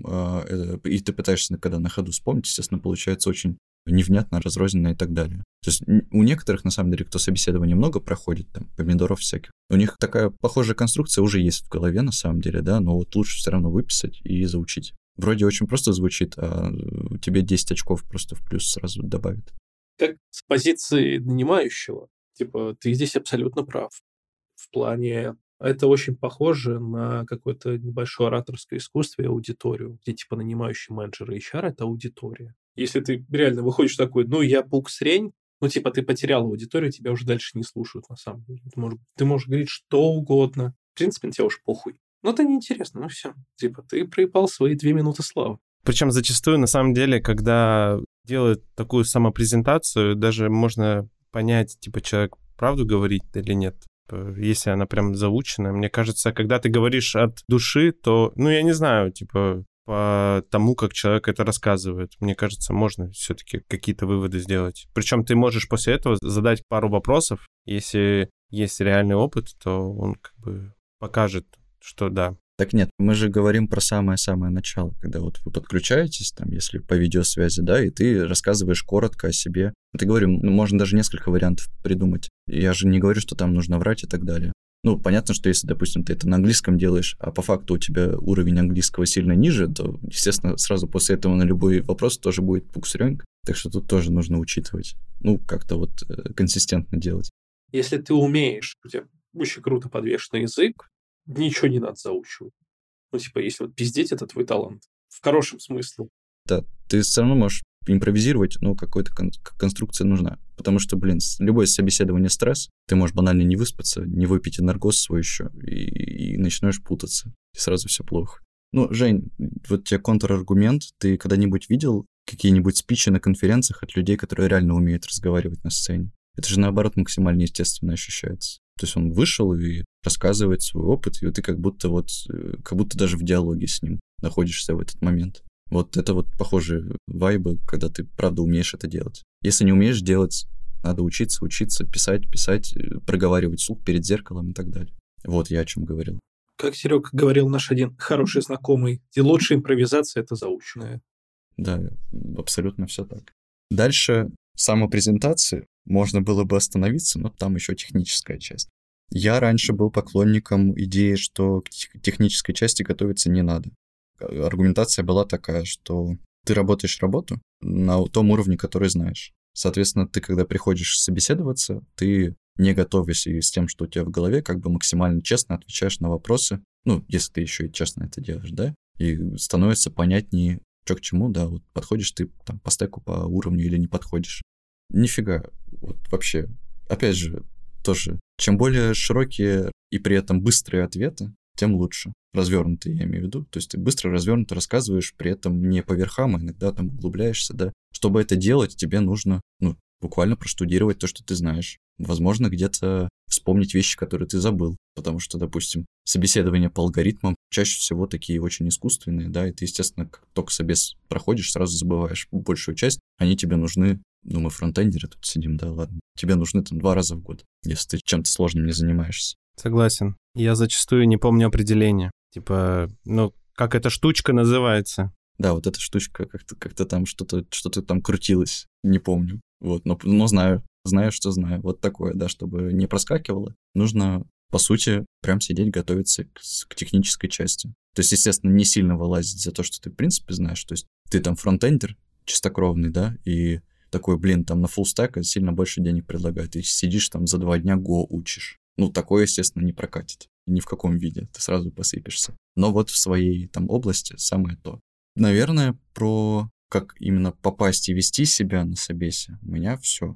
И ты пытаешься, когда на ходу вспомнить, естественно, получается очень невнятно, разрозненно и так далее. То есть у некоторых, на самом деле, кто собеседование много проходит, там, помидоров всяких, у них такая похожая конструкция уже есть в голове, на самом деле, да, но вот лучше все равно выписать и заучить. Вроде очень просто звучит, а тебе 10 очков просто в плюс сразу добавит. Как с позиции нанимающего, типа, ты здесь абсолютно прав. В плане... Это очень похоже на какое-то небольшое ораторское искусство и аудиторию, где типа нанимающий менеджер и HR — это аудитория. Если ты реально выходишь такой, я пук-срень, ты потерял аудиторию, тебя уже дальше не слушают на самом деле. Ты можешь говорить что угодно. В принципе, на тебя уж похуй. Но это неинтересно, все. Типа, ты проебал свои 2 минуты славы. Причем зачастую, на самом деле, когда делают такую самопрезентацию, даже можно понять, типа, человек правду говорит или нет. Если она прям заучена. Мне кажется, когда ты говоришь от души, то, я не знаю, типа, по тому, как человек это рассказывает, мне кажется, можно все-таки какие-то выводы сделать. Причем ты можешь после этого задать пару вопросов. Если есть реальный опыт, то он как бы покажет, что да. Так нет, мы же говорим про самое-самое начало, когда вот вы подключаетесь, там, если по видеосвязи, да, и ты рассказываешь коротко о себе. Это говорим, можно даже несколько вариантов придумать. Я же не говорю, что там нужно врать и так далее. Понятно, что если, допустим, ты это на английском делаешь, а по факту у тебя уровень английского сильно ниже, то, естественно, сразу после этого на любой вопрос тоже будет пуксрёнг. Так что тут тоже нужно учитывать. Как-то вот консистентно делать. Если ты умеешь, у тебя очень круто подвешенный язык, ничего не надо заучивать. Если вот пиздеть, это твой талант. В хорошем смысле. Да, ты все равно можешь импровизировать, какая-то конструкция нужна. Потому что, любое собеседование стресс, ты можешь банально не выспаться, не выпить энергоз свой еще, и начинаешь путаться. И сразу все плохо. Жень, вот тебе контраргумент. Ты когда-нибудь видел какие-нибудь спичи на конференциях от людей, которые реально умеют разговаривать на сцене? Это же, наоборот, максимально естественно ощущается. То есть он вышел и рассказывает свой опыт, и ты как будто даже в диалоге с ним находишься в этот момент. Вот это вот похожие вайбы, когда ты правда умеешь это делать. Если не умеешь делать, надо учиться, писать, проговаривать вслух перед зеркалом и так далее. Вот я о чем говорил. Как Серега говорил наш один хороший знакомый, и лучшая импровизация — это заученная. Да, абсолютно все так. Дальше самопрезентации можно было бы остановиться, но там еще техническая часть. Я раньше был поклонником идеи, что к технической части готовиться не надо. Аргументация была такая, что ты работаешь работу на том уровне, который знаешь. Соответственно, ты, когда приходишь собеседоваться, ты, не готовясь и с тем, что у тебя в голове, как бы максимально честно отвечаешь на вопросы, если ты еще и честно это делаешь, да, и становится понятнее, что к чему, да, вот подходишь ты там по стеку, по уровню или не подходишь. Нифига, вот вообще, опять же, тоже, чем более широкие и при этом быстрые ответы, тем лучше. Развернутые, я имею в виду. То есть ты быстро, развернуто рассказываешь, при этом не по верхам, а иногда там углубляешься, да. Чтобы это делать, тебе нужно, буквально проштудировать то, что ты знаешь. Возможно, где-то вспомнить вещи, которые ты забыл. Потому что, допустим, собеседования по алгоритмам чаще всего такие очень искусственные, да, и ты, естественно, как только собес проходишь, сразу забываешь большую часть. Они тебе нужны, мы фронтендеры тут сидим, да, ладно. Тебе нужны там 2 раза в год, если ты чем-то сложным не занимаешься. Согласен. Я зачастую не помню определение. Типа, как эта штучка называется? Да, вот эта штучка как-то там что-то там крутилось, не помню. Вот, но знаю, что знаю. Вот такое, да, чтобы не проскакивало. Нужно, по сути, прям сидеть, готовиться к технической части. То есть, естественно, не сильно вылазить за то, что ты, в принципе, знаешь. То есть ты там фронтендер чистокровный, да, и такой, блин, там на фуллстек сильно больше денег предлагают, и сидишь там за 2 дня Go учишь. Ну, такое, естественно, не прокатит. Ни в каком виде, ты сразу посыпешься. Но вот в своей там области самое то. Наверное, про как именно попасть и вести себя на собесе, у меня все.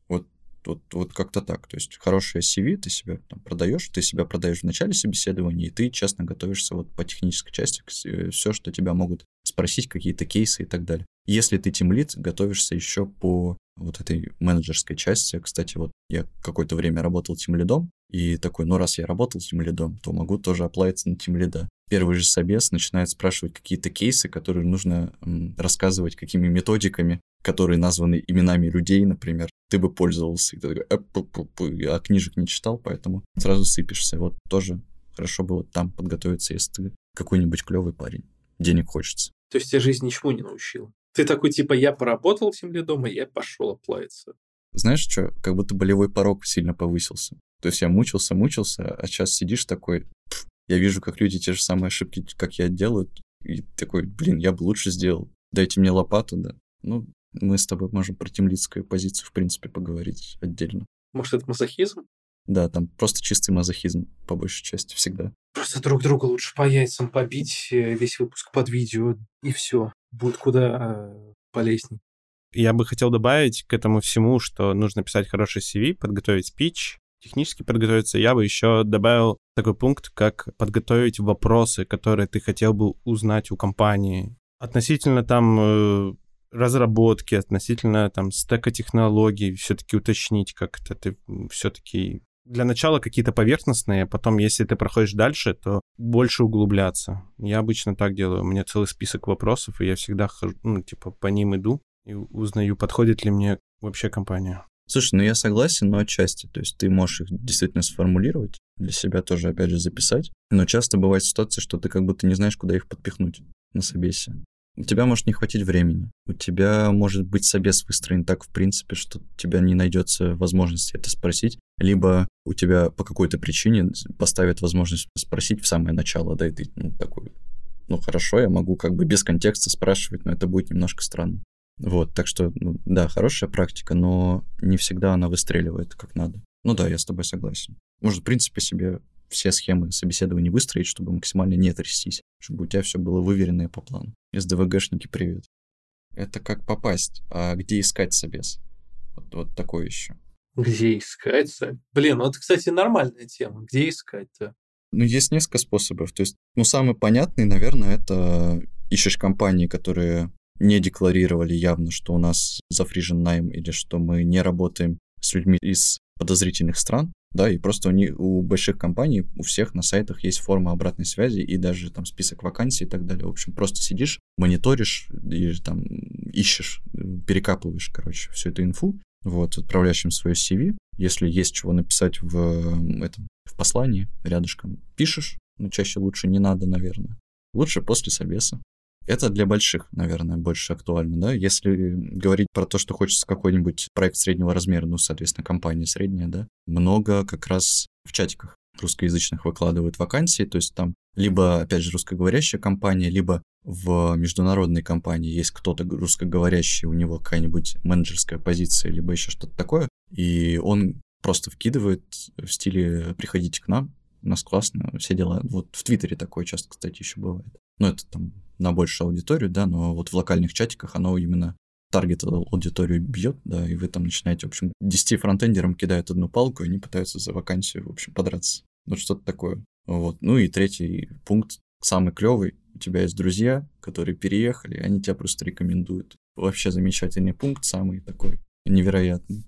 Вот как-то так. То есть хорошее CV, ты себя там продаешь, ты себя продаешь в начале собеседования, и ты честно готовишься вот по технической части, все, что тебя могут спросить, какие-то кейсы и так далее. Если ты тимлид, готовишься еще по вот этой менеджерской части. Кстати, вот я какое-то время работал тимлидом, и такой, ну раз я работал тимлидом, то могу тоже оплавиться на тимлида. Первый же собес начинает спрашивать какие-то кейсы, которые нужно рассказывать, какими методиками, которые названы именами людей, например, ты бы пользовался. И ты такой, а книжек не читал, поэтому сразу сыпешься. Вот тоже хорошо бы вот там подготовиться, если ты какой-нибудь клевый парень. Денег хочется. То есть тебя жизнь ничему не научила? Ты такой, типа, я поработал тимлидом, и я пошел оплавиться. Знаешь что, как будто болевой порог сильно повысился. То есть я мучился, а сейчас сидишь такой, я вижу, как люди те же самые ошибки, как я, делают, и такой, блин, я бы лучше сделал. Дайте мне лопату, да. Ну, мы с тобой можем про тимлидскую позицию, в принципе, поговорить отдельно. Может, это мазохизм? Да, там просто чистый мазохизм, по большей части, всегда. Просто друг друга лучше по яйцам побить, весь выпуск под видео, и все. Будет куда полезней. Я бы хотел добавить к этому всему, что нужно писать хороший CV, подготовить спич, технически подготовиться. Я бы еще добавил такой пункт, как подготовить вопросы, которые ты хотел бы узнать у компании. Относительно там разработки, относительно там стека технологий, все-таки уточнить как-то. Ты все-таки для начала какие-то поверхностные, а потом, если ты проходишь дальше, то больше углубляться. Я обычно так делаю. У меня целый список вопросов, и я всегда хожу, по ним иду и узнаю, подходит ли мне вообще компания. Слушай, ну я согласен, но отчасти. То есть ты можешь их действительно сформулировать, для себя тоже, опять же, записать. Но часто бывает ситуация, что ты как будто не знаешь, куда их подпихнуть на собесе. У тебя может не хватить времени. У тебя может быть собес выстроен так, в принципе, что у тебя не найдется возможности это спросить. Либо у тебя по какой-то причине поставят возможность спросить в самое начало, да, и ты такой, хорошо, я могу как бы без контекста спрашивать, но это будет немножко странно. Вот, так что, да, хорошая практика, но не всегда она выстреливает как надо. Ну да, я с тобой согласен. Может, в принципе, себе все схемы собеседования выстроить, чтобы максимально не трястись, чтобы у тебя все было выверено и по плану. СДВГшники, привет. Это как попасть, а где искать собес? Вот такое еще. Где искать? Блин, это, кстати, нормальная тема. Где искать-то? Есть несколько способов. То есть, самый понятный, наверное, это ищешь компании, которые не декларировали явно, что у нас зафрижен найм или что мы не работаем с людьми из подозрительных стран, да, и просто у больших компаний, у всех на сайтах есть форма обратной связи и даже там список вакансий и так далее. В общем, просто сидишь, мониторишь и там ищешь, перекапываешь, всю эту инфу, отправляешь им свое CV. Если есть чего написать в послании рядышком, пишешь, чаще лучше не надо, наверное. Лучше после собеса. Это для больших, наверное, больше актуально, да. Если говорить про то, что хочется какой-нибудь проект среднего размера, соответственно, компания средняя, да, много как раз в чатиках русскоязычных выкладывают вакансии, то есть там либо, опять же, русскоговорящая компания, либо в международной компании есть кто-то русскоговорящий, у него какая-нибудь менеджерская позиция, либо еще что-то такое, и он просто вкидывает в стиле «приходите к нам, у нас классно, все дела». Вот в Твиттере такое часто, кстати, еще бывает. Это там на большую аудиторию, да, но в локальных чатиках оно именно таргет аудиторию бьет, да, и вы там начинаете, в общем, 10 фронтендерам кидают одну палку, и они пытаются за вакансию, в общем, подраться. Что-то такое. И третий пункт, самый клевый, у тебя есть друзья, которые переехали, они тебя просто рекомендуют. Вообще замечательный пункт, самый такой невероятный.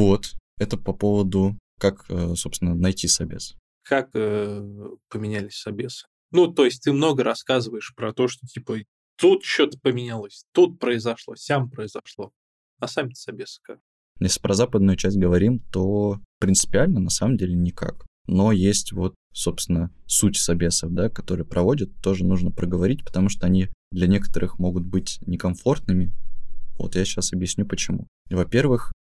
Это по поводу, как, собственно, найти собес. Как поменялись собесы? То есть ты много рассказываешь про то, что, тут что-то поменялось, тут произошло, сям произошло. А сами-то собесы как? Если про западную часть говорим, то принципиально на самом деле никак. Но есть собственно, суть собесов, да, которые проводят, тоже нужно проговорить, потому что они для некоторых могут быть некомфортными. Я сейчас объясню, почему. Во-первых,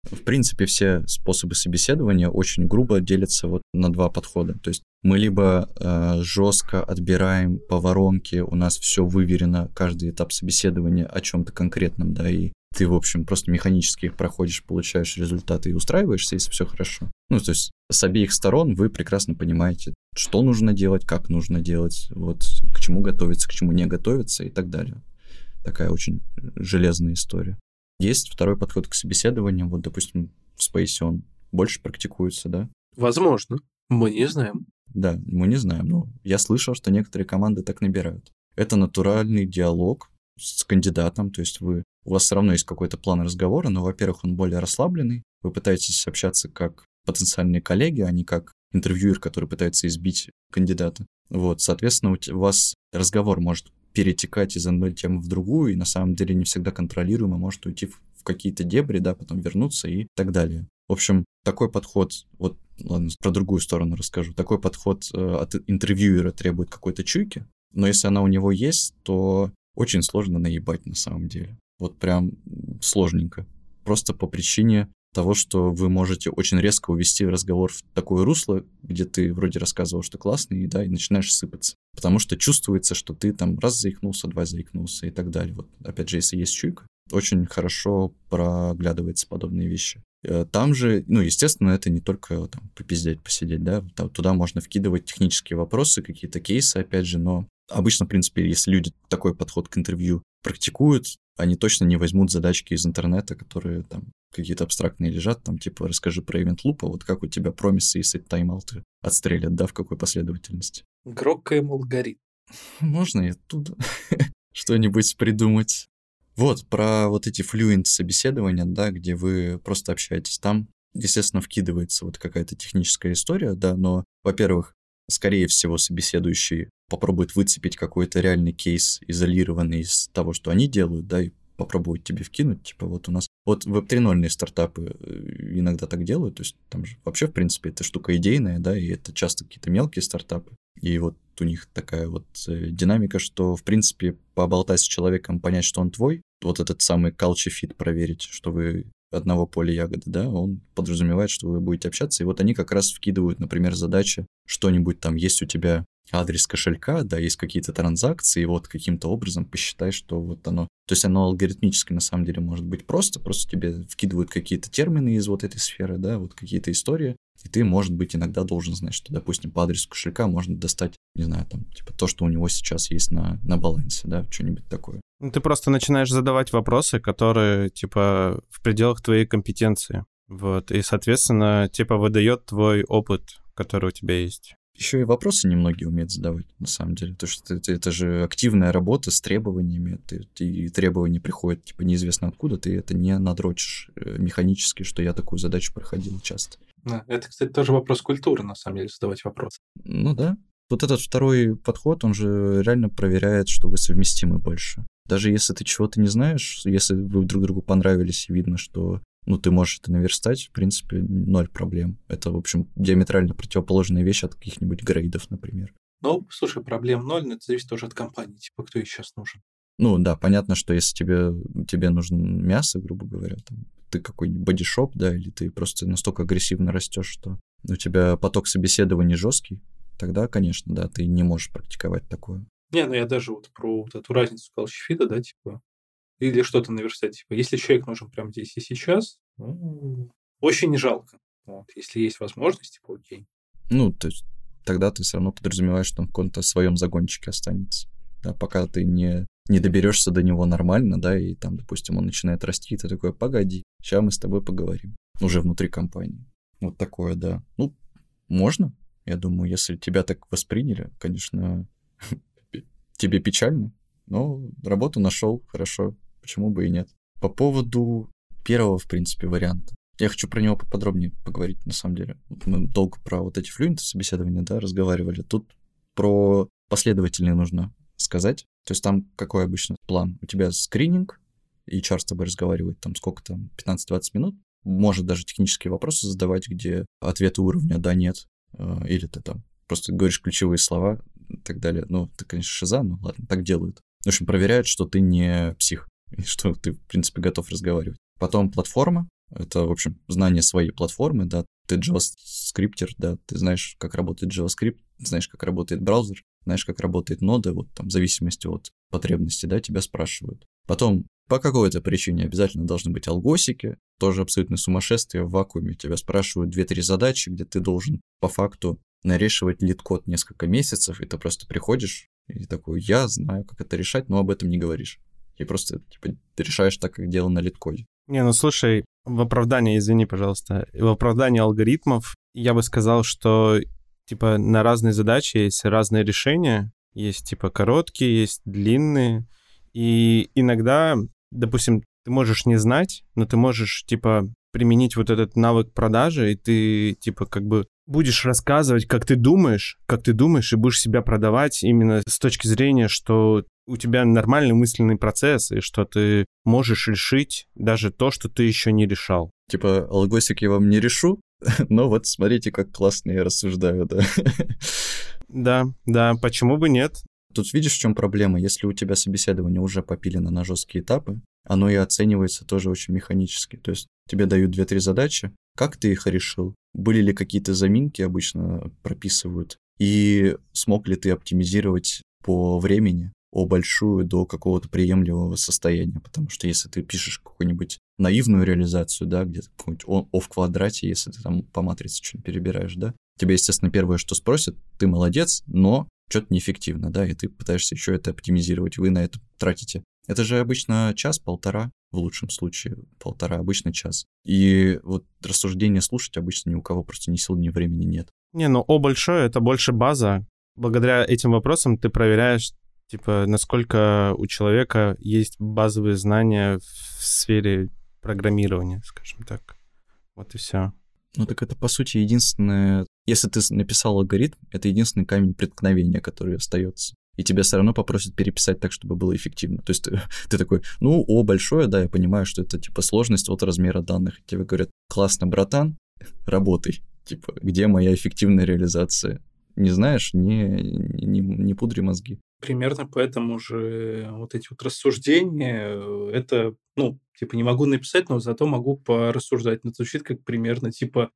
В принципе, все способы собеседования очень грубо делятся вот на два подхода. То есть мы либо жестко отбираем по воронке, у нас все выверено, каждый этап собеседования о чем-то конкретном, да, и ты, в общем, просто механически их проходишь, получаешь результаты и устраиваешься, если все хорошо. Ну, то есть с обеих сторон вы прекрасно понимаете, что нужно делать, как нужно делать, вот к чему готовиться, к чему не готовиться и так далее. Такая очень железная история. Есть второй подход к собеседованию. Вот, допустим, в Space он больше практикуется, да? Возможно. Мы не знаем. Да, мы не знаем, но я слышал, что некоторые команды так набирают. Это натуральный диалог с кандидатом, то есть у вас все равно есть какой-то план разговора, но, во-первых, он более расслабленный, вы пытаетесь общаться как потенциальные коллеги, а не как интервьюер, который пытается избить кандидата. Вот, соответственно, у вас разговор может перетекать из одной темы в другую, и на самом деле не всегда контролируемо, может уйти в какие-то дебри, да, потом вернуться и так далее. В общем, такой подход, вот, ладно, про другую сторону расскажу, такой подход от интервьюера требует какой-то чуйки, но если она у него есть, то очень сложно наебать на самом деле. Вот прям сложненько. Просто по причине того, что вы можете очень резко увести разговор в такое русло, где ты вроде рассказывал, что классный, да, и начинаешь сыпаться. Потому что чувствуется, что ты там раз заикнулся, два заикнулся и так далее. Вот, опять же, если есть чуйка, очень хорошо проглядываются подобные вещи. Там же, ну, естественно, это не только там попиздеть, посидеть, да, туда можно вкидывать технические вопросы, какие-то кейсы, опять же, но обычно, в принципе, если люди такой подход к интервью практикуют, они точно не возьмут задачки из интернета, которые там какие-то абстрактные лежат, там типа расскажи про event loop, а вот как у тебя промисы и сет тайм-ауты отстрелят, да, в какой последовательности. Грокаем алгоритм. Можно и оттуда что-нибудь придумать. Вот, про вот эти fluent собеседования, да, где вы просто общаетесь. Там, естественно, вкидывается вот какая-то техническая история, да, но, во-первых, скорее всего, собеседующий попробует выцепить какой-то реальный кейс, изолированный из того, что они делают, да, и попробовать тебе вкинуть, типа вот у нас... Вот Web 3.0 стартапы иногда так делают, то есть там же вообще, в принципе, эта штука идейная, да, и это часто какие-то мелкие стартапы, и вот у них такая вот динамика, что, в принципе, поболтать с человеком, понять, что он твой, вот этот самый culture fit проверить, что вы одного поля ягоды, да, он подразумевает, что вы будете общаться, и вот они как раз вкидывают, например, задачи, что-нибудь там есть у тебя адрес кошелька, да, есть какие-то транзакции, и вот каким-то образом посчитай, что вот оно... То есть оно алгоритмически на самом деле может быть просто тебе вкидывают какие-то термины из вот этой сферы, да, вот какие-то истории, и ты, может быть, иногда должен знать, что, допустим, по адресу кошелька можно достать, не знаю, там, типа то, что у него сейчас есть на балансе, да, что-нибудь такое. Ты просто начинаешь задавать вопросы, которые, типа, в пределах твоей компетенции, вот, и, соответственно, типа, выдает твой опыт, который у тебя есть. Еще и вопросы немногие умеют задавать, на самом деле. Потому что это же активная работа с требованиями. И требования приходят, типа, неизвестно откуда. Ты это не надрочишь механически, что я такую задачу проходил часто. Да, это, кстати, тоже вопрос культуры, на самом деле, задавать вопросы. Ну да. Вот этот второй подход, он же реально проверяет, что вы совместимы больше. Даже если ты чего-то не знаешь, если вы друг другу понравились и видно, что ты можешь это наверстать, в принципе, 0 проблем. Это, в общем, диаметрально противоположная вещь от каких-нибудь грейдов, например. Ну, слушай, проблем 0, но это зависит тоже от компании, типа, кто ей сейчас нужен. Ну, да, понятно, что если тебе нужно мясо, грубо говоря, там, ты какой-нибудь бодишоп, да, или ты просто настолько агрессивно растешь, что у тебя поток собеседований жесткий, тогда, конечно, да, ты не можешь практиковать такое. Не, ну я даже вот про вот эту разницу culture fit, да, типа, или что-то наверстать. Типа, если человек нужен прямо здесь и сейчас, очень не жалко. Вот, если есть возможность, типа, окей. Ну, то есть тогда ты все равно подразумеваешь, что он в каком-то своем загончике останется. Да, пока ты не доберешься до него нормально, да, и там, допустим, он начинает расти, и ты такой, погоди, сейчас мы с тобой поговорим. Уже внутри компании. Вот такое, да. Ну, можно. Я думаю, если тебя так восприняли, конечно, тебе печально, но работу нашел, хорошо. Почему бы и нет? По поводу первого, в принципе, варианта. Я хочу про него поподробнее поговорить, на самом деле. Мы долго про вот эти флюенты собеседования, да, разговаривали. Тут про последовательные нужно сказать. То есть там какой обычно план? У тебя скрининг, HR с тобой разговаривает, там сколько там, 15-20 минут. Может даже технические вопросы задавать, где ответы уровня «да», «нет». Или ты там просто говоришь ключевые слова и так далее. Ну, ты, конечно, шиза, но ладно, так делают. В общем, проверяют, что ты не псих, и что ты, в принципе, готов разговаривать. Потом платформа, Это, в общем, знание своей платформы, да, ты JavaScripter, да, ты знаешь, как работает JavaScript, знаешь, как работает браузер, знаешь, как работает нода, вот там в зависимости от потребностей, да, тебя спрашивают. Потом по какой-то причине обязательно должны быть алгосики, тоже абсолютно сумасшествие в вакууме. Тебя спрашивают 2-3 задачи, где ты должен по факту нарешивать лид-код несколько месяцев, и ты просто приходишь и такой, я знаю, как это решать, но об этом не говоришь. И просто типа, ты решаешь так, как дело на лид-коде. Не, ну слушай, в оправдание, извини, пожалуйста, в оправдание алгоритмов я бы сказал, что типа на разные задачи есть разные решения. Есть типа короткие, есть длинные. И иногда, допустим, ты можешь не знать, но ты можешь типа применить вот этот навык продажи, и ты типа как бы будешь рассказывать, как ты думаешь, и будешь себя продавать именно с точки зрения, что у тебя нормальный мысленный процесс, и что ты можешь решить даже то, что ты еще не решал. Типа, алгосик я вам не решу, но вот смотрите, как классно я рассуждаю, да. Да, почему бы нет? Тут видишь, в чем проблема? Если у тебя собеседование уже попилено на жесткие этапы, оно и оценивается тоже очень механически. То есть тебе дают 2-3 задачи, как ты их решил? Были ли какие-то заминки, обычно прописывают? И смог ли ты оптимизировать по времени большую до какого-то приемлемого состояния? Потому что если ты пишешь какую-нибудь наивную реализацию, да, где-то какой-нибудь O в квадрате, если ты там по матрице что-нибудь перебираешь, да, тебя, естественно, первое, что спросят, ты молодец, но что-то неэффективно, да, и ты пытаешься еще это оптимизировать, вы на это тратите. Это же обычно час-полтора, в лучшем случае полтора, обычно час. И вот рассуждения слушать обычно ни у кого просто ни сил, ни времени нет. Не, ну О большое — это больше база. Благодаря этим вопросам ты проверяешь, типа, насколько у человека есть базовые знания в сфере программирования, скажем так. Вот и все. Ну так это, по сути, единственное... Если ты написал алгоритм, это единственный камень преткновения, который остается. И тебя все равно попросят переписать так, чтобы было эффективно. То есть ты такой, ну, О большое, да, я понимаю, что это, типа, сложность от размера данных. И тебе говорят, классно, братан, работай. Типа, где моя эффективная реализация? Не знаешь, не пудри мозги. Примерно поэтому же вот эти вот рассуждения, это, ну, типа, не могу написать, но зато могу порассуждать. Но это звучит как примерно, типа,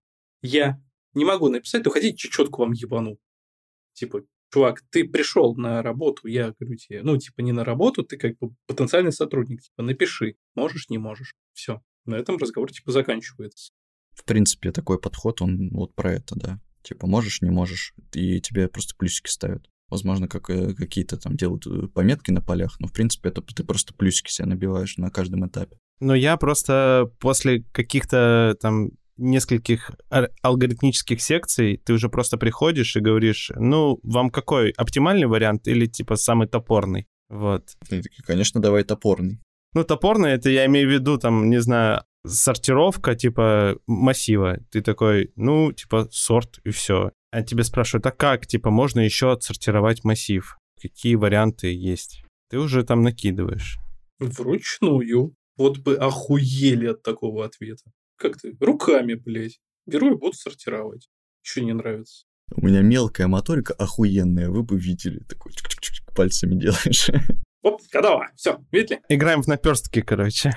я не могу написать, то хотите чечетку вам ебану. Типа, чувак, ты пришел на работу, я говорю тебе, ну, типа, не на работу, ты как бы потенциальный сотрудник, типа, напиши, можешь, не можешь. Все. На этом разговор, типа, заканчивается. В принципе, такой подход, он вот про это, да. Типа, можешь, не можешь, и тебе просто плюсики ставят. Возможно, какие-то там делают пометки на полях, но, в принципе, это ты просто плюсики себе набиваешь на каждом этапе. Но я просто после каких-то там нескольких алгоритмических секций ты уже просто приходишь и говоришь, ну, вам какой, оптимальный вариант или, типа, самый топорный? Вот. И такие, конечно, давай топорный. Ну, топорный — это я имею в виду, там, не знаю, сортировка, типа, массива. Ты такой, ну, типа, сорт, и все. А тебе спрашивают, а как, типа, можно еще отсортировать массив? Какие варианты есть? Ты уже там накидываешь. Вручную. Вот бы охуели от такого ответа. Как ты? Руками, блядь. Беру и буду сортировать. Еще не нравится. У меня мелкая моторика охуенная, вы бы видели. Такой чик-чик-чик пальцами делаешь. Оп, готово. Все, видели? Играем в наперстки, короче.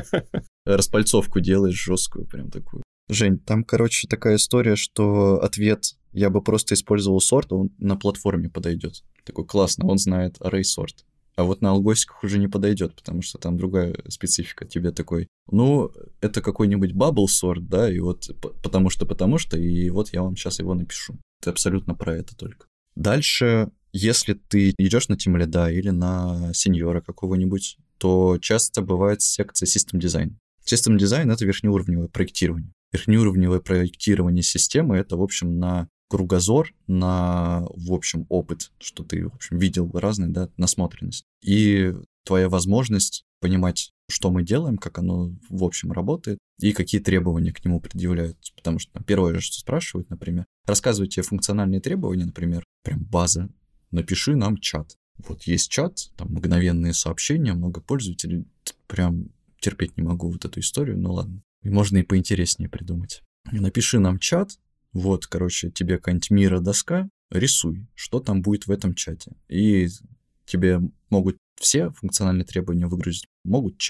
Распальцовку делаешь жесткую, прям такую. Жень, там, короче, такая история, что ответ я бы просто использовал сорт, он на платформе подойдет. Такой классно, он знает array сорт. А вот на алгосиках уже не подойдет, потому что там другая специфика. Тебе такой, ну, это какой-нибудь bubble сорт, да, и вот потому что, и вот я вам сейчас его напишу. Это абсолютно про это только. Дальше, если ты идешь на тимлида или на сеньора какого-нибудь, то часто бывает секция System Design. System Design — это верхнеуровневое проектирование. Верхнеуровневое проектирование системы — это, в общем, на кругозор, на, в общем, опыт, что ты, в общем, видел разные, да, насмотренность. И твоя возможность понимать, что мы делаем, как оно, в общем, работает, и какие требования к нему предъявляются. Потому что первое, что спрашивают, например, рассказывайте функциональные требования, например, прям база, напиши нам чат. Вот есть чат, там мгновенные сообщения, много пользователей, прям терпеть не могу вот эту историю, ну ладно. И можно и поинтереснее придумать. Напиши нам чат, вот, короче, тебе какая-нибудь мира-доска, рисуй, что там будет в этом чате. И тебе могут все функциональные требования выгрузить, могут часть.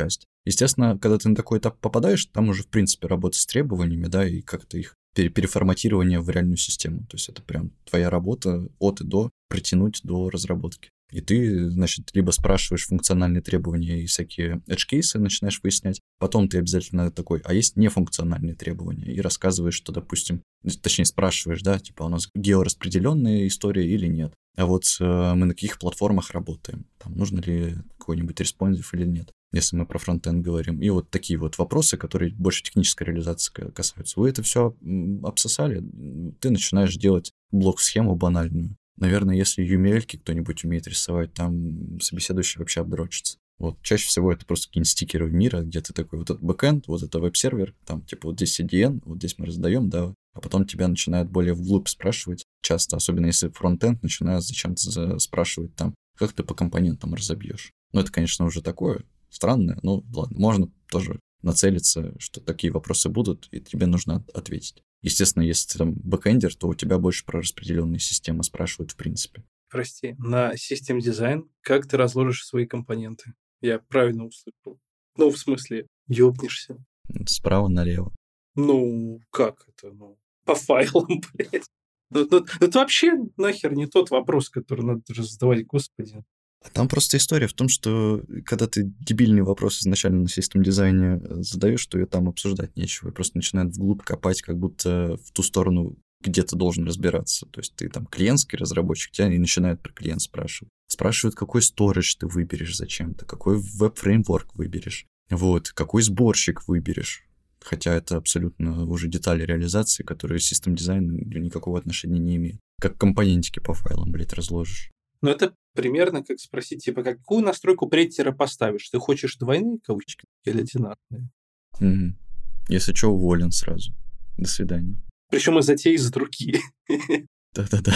Естественно, когда ты на такой этап попадаешь, там уже, в принципе, работа с требованиями, да, и как-то их переформатирование в реальную систему. То есть это прям твоя работа от и до, протянуть до разработки. И ты, значит, либо спрашиваешь функциональные требования и всякие edge-кейсы начинаешь выяснять, потом ты обязательно такой, а есть нефункциональные требования, и рассказываешь, что, допустим, точнее спрашиваешь, да, типа у нас геораспределенная история или нет, а вот мы на каких платформах работаем, там нужно ли какой-нибудь респонсив или нет, если мы про фронтенд говорим. И вот такие вот вопросы, которые больше технической реализации касаются. Вы это все обсосали, ты начинаешь делать блок-схему банальную. Наверное, если UML-ки кто-нибудь умеет рисовать, там собеседующий вообще обдрочится. Вот, чаще всего это просто какие-нибудь стикеры мира, где ты такой, вот это бэкэнд, вот это веб-сервер, там, типа, вот здесь CDN, вот здесь мы раздаем, да, а потом тебя начинают более вглубь спрашивать, часто, особенно если фронтенд, начинают зачем-то спрашивать там, как ты по компонентам разобьешь. Ну, это, конечно, уже такое странное, но ладно, можно тоже нацелиться, что такие вопросы будут, и тебе нужно ответить. Естественно, если ты там бэкэндер, то у тебя больше про распределенные системы спрашивают в принципе. Прости, на System Design как ты разложишь свои компоненты? Я правильно услышал. Ну, в смысле, ёбнешься. Справа налево. Ну, как это? Ну, по файлам, блядь. Ну, это вообще нахер не тот вопрос, который надо задавать, господи. А там просто история в том, что когда ты дебильный вопрос изначально на системном дизайне задаешь, то и там обсуждать нечего. И просто начинают вглубь копать, как будто в ту сторону, где ты должен разбираться. То есть ты там клиентский разработчик, тебя и начинают про клиент спрашивать. Спрашивают, какой сторидж ты выберешь зачем-то, какой веб-фреймворк выберешь, вот, какой сборщик выберешь. Хотя это абсолютно уже детали реализации, которые систем дизайн никакого отношения не имеют. Как компонентики по файлам, блядь, разложишь. Ну, это примерно как спросить, типа, какую настройку предтера поставишь? Ты хочешь двойные кавычки или одинарные? Угу. Если что, уволен сразу. До свидания. Причем из-за те, из-за другие. Да-да-да.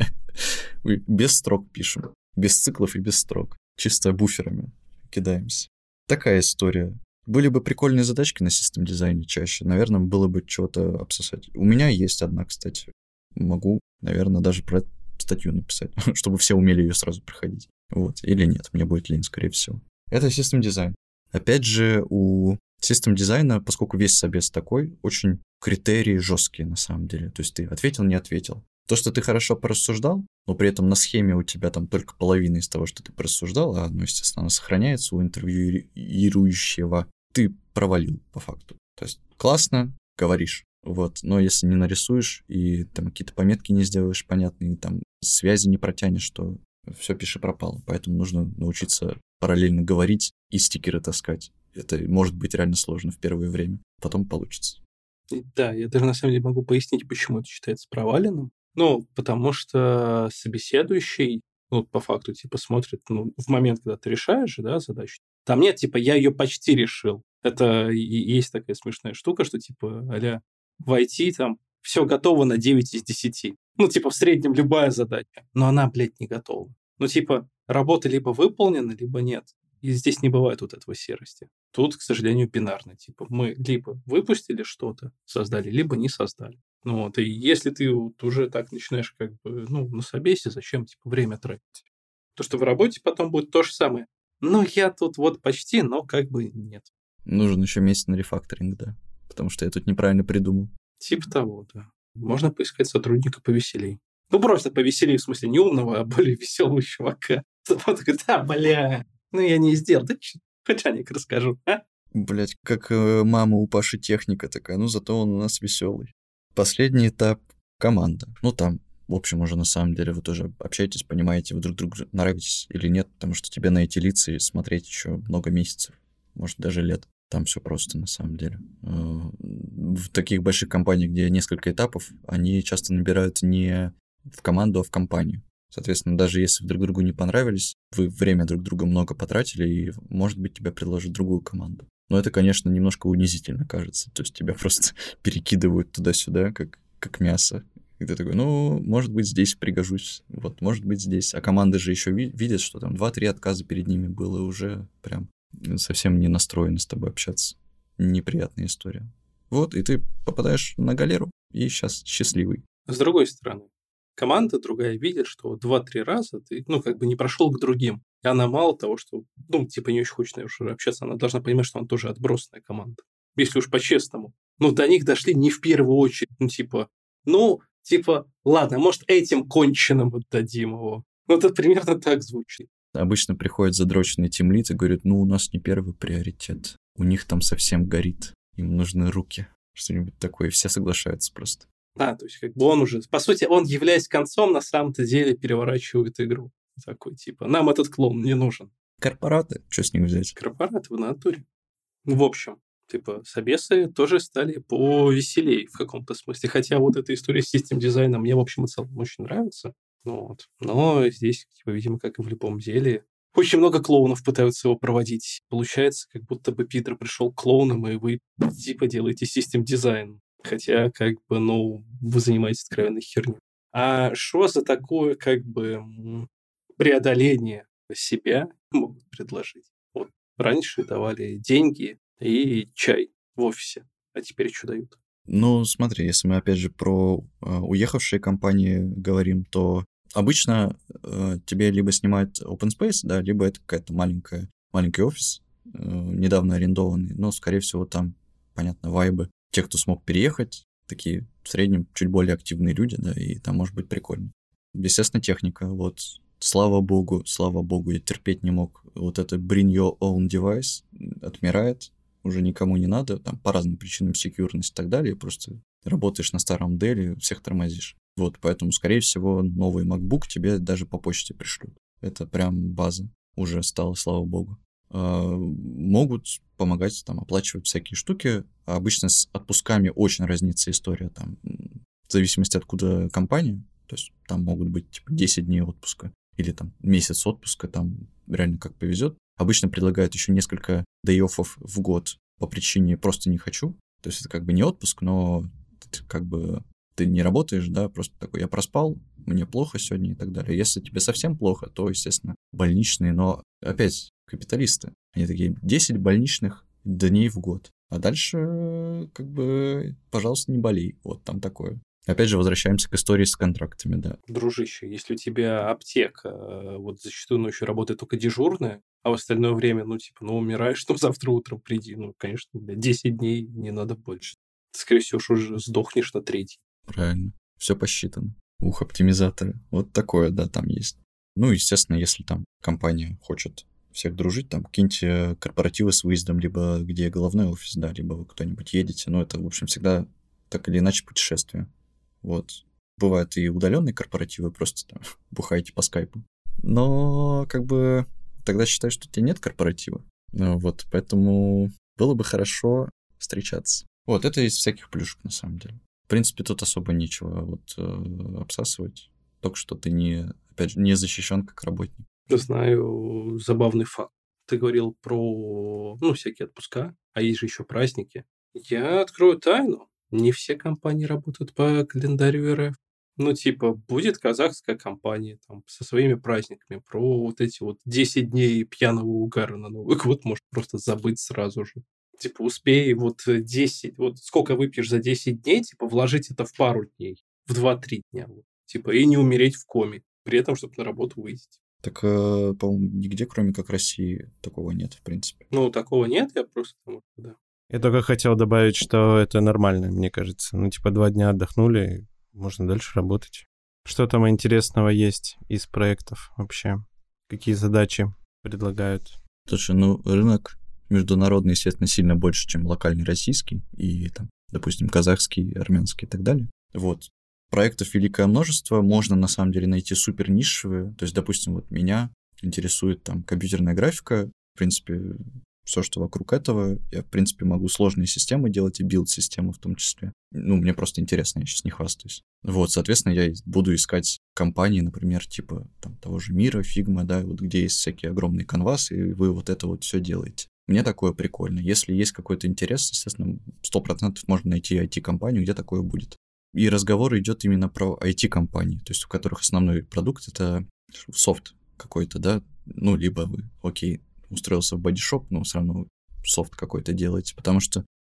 Мы без строк пишем. Без циклов и без строк. Чисто буферами кидаемся. Такая история. Были бы прикольные задачки на систем дизайне чаще, наверное, было бы чего-то обсосать. У меня есть одна, кстати. Могу, наверное, даже про это статью написать, чтобы все умели ее сразу проходить. Вот. Или нет, мне будет лень, скорее всего. Это систем дизайн. Опять же, у систем дизайна, поскольку весь собес такой, очень критерии жесткие на самом деле. То есть ты ответил, не ответил. То, что ты хорошо порассуждал, но при этом на схеме у тебя там только половина из того, что ты порассуждал, а, ну, естественно, она сохраняется у интервьюирующего, ты провалил по факту. То есть классно, говоришь, вот, но если не нарисуешь и там какие-то пометки не сделаешь понятные, там связи не протянешь, то все пиши пропало. Поэтому нужно научиться параллельно говорить и стикеры таскать. Это может быть реально сложно в первое время, потом получится. Да, я даже на самом деле могу пояснить, почему это считается проваленным. Ну, потому что собеседующий, ну, по факту, типа, смотрит, ну, в момент, когда ты решаешь, да, задачу, там нет, типа, я ее почти решил. Это и есть такая смешная штука, что, типа, а-ля в IT там все готово на 9 из 10. Ну, типа, в среднем любая задача. Но она, блядь, не готова. Ну, типа, работа либо выполнена, либо нет. И здесь не бывает вот этого серости. Тут, к сожалению, бинарно. Типа, мы либо выпустили что-то, создали, либо не создали. Ну, вот, и если ты вот уже так начинаешь как бы, ну, на собесе, зачем, типа, время тратить? То, что в работе потом будет то же самое. Ну, я тут вот почти, но как бы нет. Нужен еще месяц на рефакторинг, да. Потому что я тут неправильно придумал. Типа того, да. Можно поискать сотрудника повеселей. Ну, просто повеселей, в смысле, не умного, а более веселого чувака. Он такой, да, бля, ну я не сделал. Да хотяник расскажу, а? Блять, как мама у Паши техника такая, ну зато он у нас веселый. Последний этап — команда. Ну там, в общем, уже на самом деле вы тоже общаетесь, понимаете, вы друг другу нравитесь или нет, потому что тебе на эти лица смотреть еще много месяцев, может, даже лет. Там все просто, на самом деле. В таких больших компаниях, где несколько этапов, они часто набирают не в команду, а в компанию. Соответственно, даже если вы друг другу не понравились, вы время друг друга много потратили, и, может быть, тебя предложат другую команду. Но это, конечно, немножко унизительно кажется. То есть тебя просто перекидывают туда-сюда, как мясо. И ты такой, ну, может быть, здесь пригожусь. Вот, может быть, здесь. А команда же еще видит, что там 2-3 отказа перед ними было, уже прям совсем не настроены с тобой общаться. Неприятная история. Вот, и ты попадаешь на галеру, и сейчас счастливый. С другой стороны, команда другая видит, что 2-3 раза ты, не прошел к другим. И она мало того, что, не очень хочет уже общаться, она должна понимать, что она тоже отбросная команда. Если уж по-честному. До них дошли не в первую очередь. Ладно, может, этим конченым отдадим его. Это примерно так звучит. Обычно приходят задроченные тимлид и говорят, у нас не первый приоритет. У них там совсем горит. Им нужны руки. Что-нибудь такое. И все соглашаются просто. То есть он уже... По сути, он, являясь концом, на самом-то деле переворачивает игру. Такой, нам этот клон не нужен. Корпораты, что с них взять? Корпораты в натуре. В общем, собесы тоже стали повеселее в каком-то смысле. Хотя вот эта история с систем-дизайном мне, в общем и целом, очень нравится. Но здесь, видимо, как и в любом деле, очень много клоунов пытаются его проводить. Получается, как будто бы Питер пришел к клоунам, и вы, делаете систем-дизайн. Хотя, вы занимаетесь откровенной херней. А что за такое, преодоление себя могут предложить? Раньше давали деньги и чай в офисе, а теперь что дают? Смотри, если мы опять же про уехавшие компании говорим, то обычно тебе либо снимают open space, да, либо это какая-то маленький офис, недавно арендованный, но, скорее всего, там, понятно, вайбы. Те, кто смог переехать, такие в среднем чуть более активные люди, да, и там может быть прикольно. Естественно, техника, слава богу, я терпеть не мог. Это bring your own device отмирает, уже никому не надо, там по разным причинам, секьюрность и так далее, просто работаешь на старом Dell, всех тормозишь. Поэтому, скорее всего, новый MacBook тебе даже по почте пришлют. Это прям база уже стала, слава богу. Могут помогать оплачивать всякие штуки. Обычно с отпусками очень разнится история, в зависимости откуда компания. То есть там могут быть 10 дней отпуска или месяц отпуска, реально как повезет. Обычно предлагают еще несколько day-off'ов в год по причине «просто не хочу». То есть это не отпуск, но ты не работаешь, да, просто такой «я проспал, мне плохо сегодня» и так далее. Если тебе совсем плохо, то, естественно, больничные, но опять капиталисты. Они такие 10 больничных дней в год. А дальше, пожалуйста, не болей. Там такое. Опять же, возвращаемся к истории с контрактами, да. Дружище, если у тебя аптека, зачастую ночью работает только дежурная, а в остальное время, умираешь, завтра утром приди. Конечно, 10 дней не надо больше. Ты, скорее всего, уже сдохнешь на 3-й. Правильно. Все посчитано. Оптимизаторы. Такое, да, там есть. Естественно, если компания хочет всех дружить, какие-нибудь корпоративы с выездом, либо где головной офис, да, либо вы кто-нибудь едете. Это, в общем, всегда так или иначе путешествие. Бывают и удаленные корпоративы, просто бухаете по скайпу. Но, тогда считай, что у тебя нет корпоратива. Поэтому было бы хорошо встречаться. Это из всяких плюшек, на самом деле. В принципе, тут особо нечего обсасывать. Только что ты не защищен как работник. Знаю забавный факт. Ты говорил про, всякие отпуска, а есть же еще праздники. Я открою тайну. Не все компании работают по календарю РФ. Будет казахская компания со своими праздниками. Про эти 10 дней пьяного угара на Новый год может просто забыть сразу же. Успей 10, сколько выпьешь за 10 дней, вложить это в пару дней, в 2-3 дня. И не умереть в коме, при этом, чтобы на работу выйти. Так, по-моему, нигде, кроме как России, такого нет, в принципе. Такого нет, я просто... Да. Я только хотел добавить, что это нормально, мне кажется. 2 дня отдохнули, можно дальше работать. Что там интересного есть из проектов вообще? Какие задачи предлагают? Слушай, рынок международный, естественно, сильно больше, чем локальный российский и, допустим, казахский, армянский и так далее. Проектов великое множество, можно, на самом деле, найти супер нишевые. То есть, допустим, меня интересует компьютерная графика, в принципе, все, что вокруг этого. Я, в принципе, могу сложные системы делать и билд-системы в том числе. Мне просто интересно, я сейчас не хвастаюсь. Соответственно, я буду искать компании, например, того же Мира, Figma, да, где есть всякие огромные канвасы, и вы это все делаете. Мне такое прикольно. Если есть какой-то интерес, естественно, 100% можно найти IT-компанию, где такое будет. И разговор идет именно про IT-компании, то есть у которых основной продукт — это софт какой-то, да, либо вы, устроился в бодишоп, но все равно софт какой-то делаете, потому что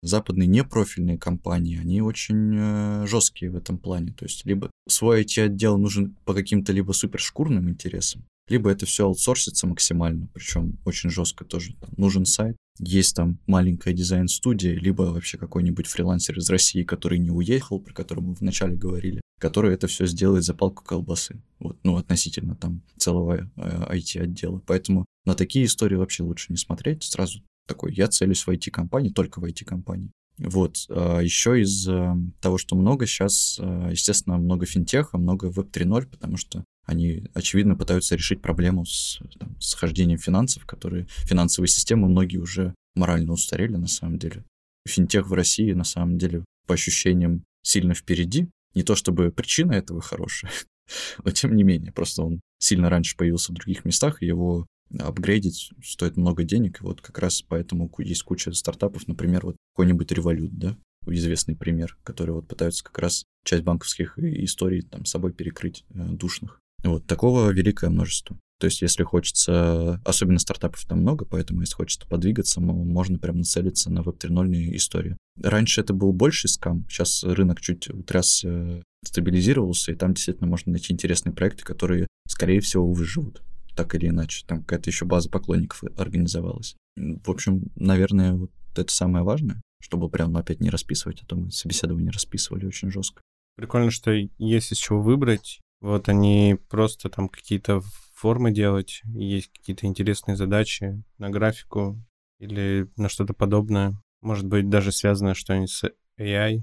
западные непрофильные компании, они очень жесткие в этом плане. То есть либо свой IT-отдел нужен по каким-то либо супершкурным интересам, либо это все аутсорсится максимально, причем очень жестко тоже. Там нужен сайт, есть там маленькая дизайн-студия, либо вообще какой-нибудь фрилансер из России, который не уехал, про которого мы вначале говорили, который это все сделает за палку колбасы. Вот, ну, относительно там целого IT-отдела. Поэтому на такие истории вообще лучше не смотреть. Сразу такой, я целюсь в IT-компании, только в IT-компании. Вот. Еще из того, что много сейчас, естественно, много финтеха, много Web 3.0, потому что они, очевидно, пытаются решить проблему с хождением финансов, которые финансовые системы многие уже морально устарели, на самом деле. Финтех в России, на самом деле, по ощущениям, сильно впереди. Не то чтобы причина этого хорошая, но тем не менее, просто он сильно раньше появился в других местах, и его апгрейдить стоит много денег, и вот как раз поэтому есть куча стартапов, например, вот какой-нибудь Revolut, да, известный пример, которые вот пытаются как раз часть банковских историй там собой перекрыть душных. Вот, такого великое множество. То есть, если хочется, особенно стартапов там много, поэтому если хочется подвигаться, можно прям нацелиться на Web 3.0 историю. Раньше это был больше скам, сейчас рынок чуть утрясся, стабилизировался, и там действительно можно найти интересные проекты, которые, скорее всего, выживут, так или иначе. Там какая-то еще база поклонников организовалась. В общем, наверное, вот это самое важное, чтобы прям опять не расписывать, а то мы собеседование расписывали очень жестко. Прикольно, что есть из чего выбрать. Вот они просто там какие-то формы делать, есть какие-то интересные задачи на графику или на что-то подобное. Может быть, даже связано что-нибудь с AI.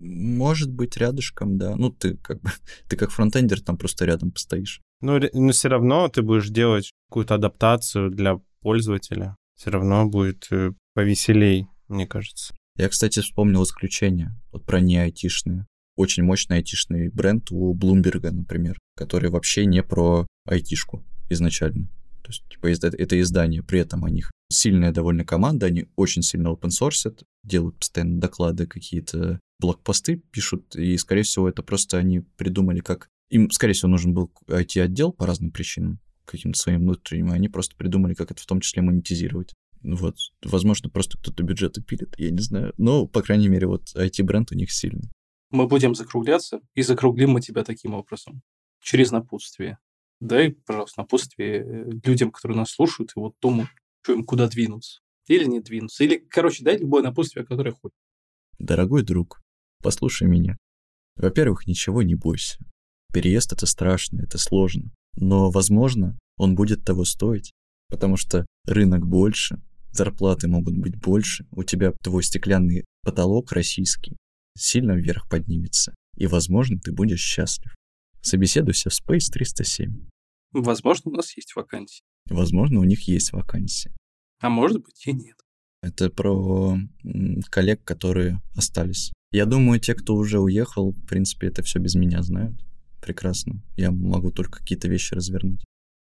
Может быть, рядышком, да. Ну, ты как фронтендер там просто рядом постоишь. Но все равно ты будешь делать какую-то адаптацию для пользователя. Все равно будет повеселей, мне кажется. Я, кстати, вспомнил исключение вот про не-айтишные. Очень мощный айтишный бренд у Bloomberg, например, который вообще не про айтишку изначально. То есть, типа, это издание, при этом у них сильная довольно команда, они очень сильно open-sourced, делают постоянно доклады, какие-то блокпосты пишут, и, скорее всего, это просто они придумали, как... Им, скорее всего, нужен был IT-отдел по разным причинам, каким-то своим внутренним, и они просто придумали, как это в том числе монетизировать. Вот, возможно, просто кто-то бюджеты пилит, я не знаю. Но, по крайней мере, вот IT-бренд у них сильный. Мы будем закругляться, и закруглим мы тебя таким образом. Через напутствие. Дай, пожалуйста, напутствие людям, которые нас слушают, и вот думают, что им куда двинуться. Или не двинуться. Или, короче, дай любое напутствие, которое хочешь. Дорогой друг, послушай меня. Во-первых, ничего не бойся. Переезд — это страшно, это сложно. Но, возможно, он будет того стоить, потому что рынок больше, зарплаты могут быть больше, у тебя твой стеклянный потолок российский сильно вверх поднимется, и, возможно, ты будешь счастлив. Собеседуйся в Space 307. Возможно, у нас есть вакансии. Возможно, у них есть вакансии. А может быть и нет. Это про коллег, которые остались. Я думаю, те, кто уже уехал, в принципе, это все без меня знают. Прекрасно. Я могу только какие-то вещи развернуть.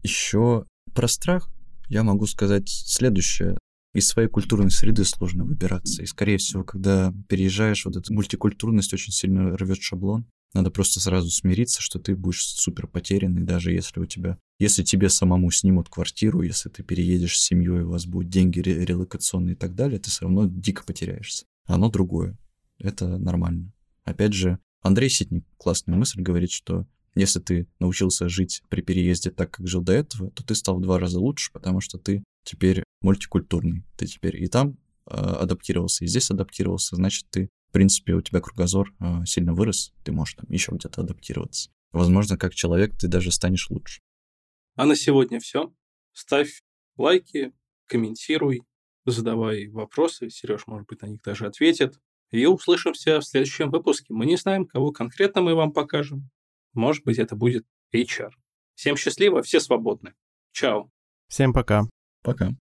Еще про страх я могу сказать следующее. Из своей культурной среды сложно выбираться. И, скорее всего, когда переезжаешь, вот эта мультикультурность очень сильно рвет шаблон. Надо просто сразу смириться, что ты будешь супер потерянный, даже если тебе самому снимут квартиру, если ты переедешь с семьей, у вас будут деньги релокационные и так далее, ты все равно дико потеряешься. Оно другое. Это нормально. Опять же, Андрей Ситник классную мысль говорит, что если ты научился жить при переезде так, как жил до этого, то ты стал в 2 раза лучше, потому что ты теперь мультикультурный. Ты теперь и там адаптировался, и здесь адаптировался, значит, ты, в принципе, у тебя кругозор сильно вырос, ты можешь там еще где-то адаптироваться. Возможно, как человек ты даже станешь лучше. А на сегодня все. Ставь лайки, комментируй, задавай вопросы. Сереж, может быть, на них даже ответит. И услышимся в следующем выпуске. Мы не знаем, кого конкретно мы вам покажем. Может быть, это будет HR. Всем счастливо, все свободны. Чао. Всем пока. Пока.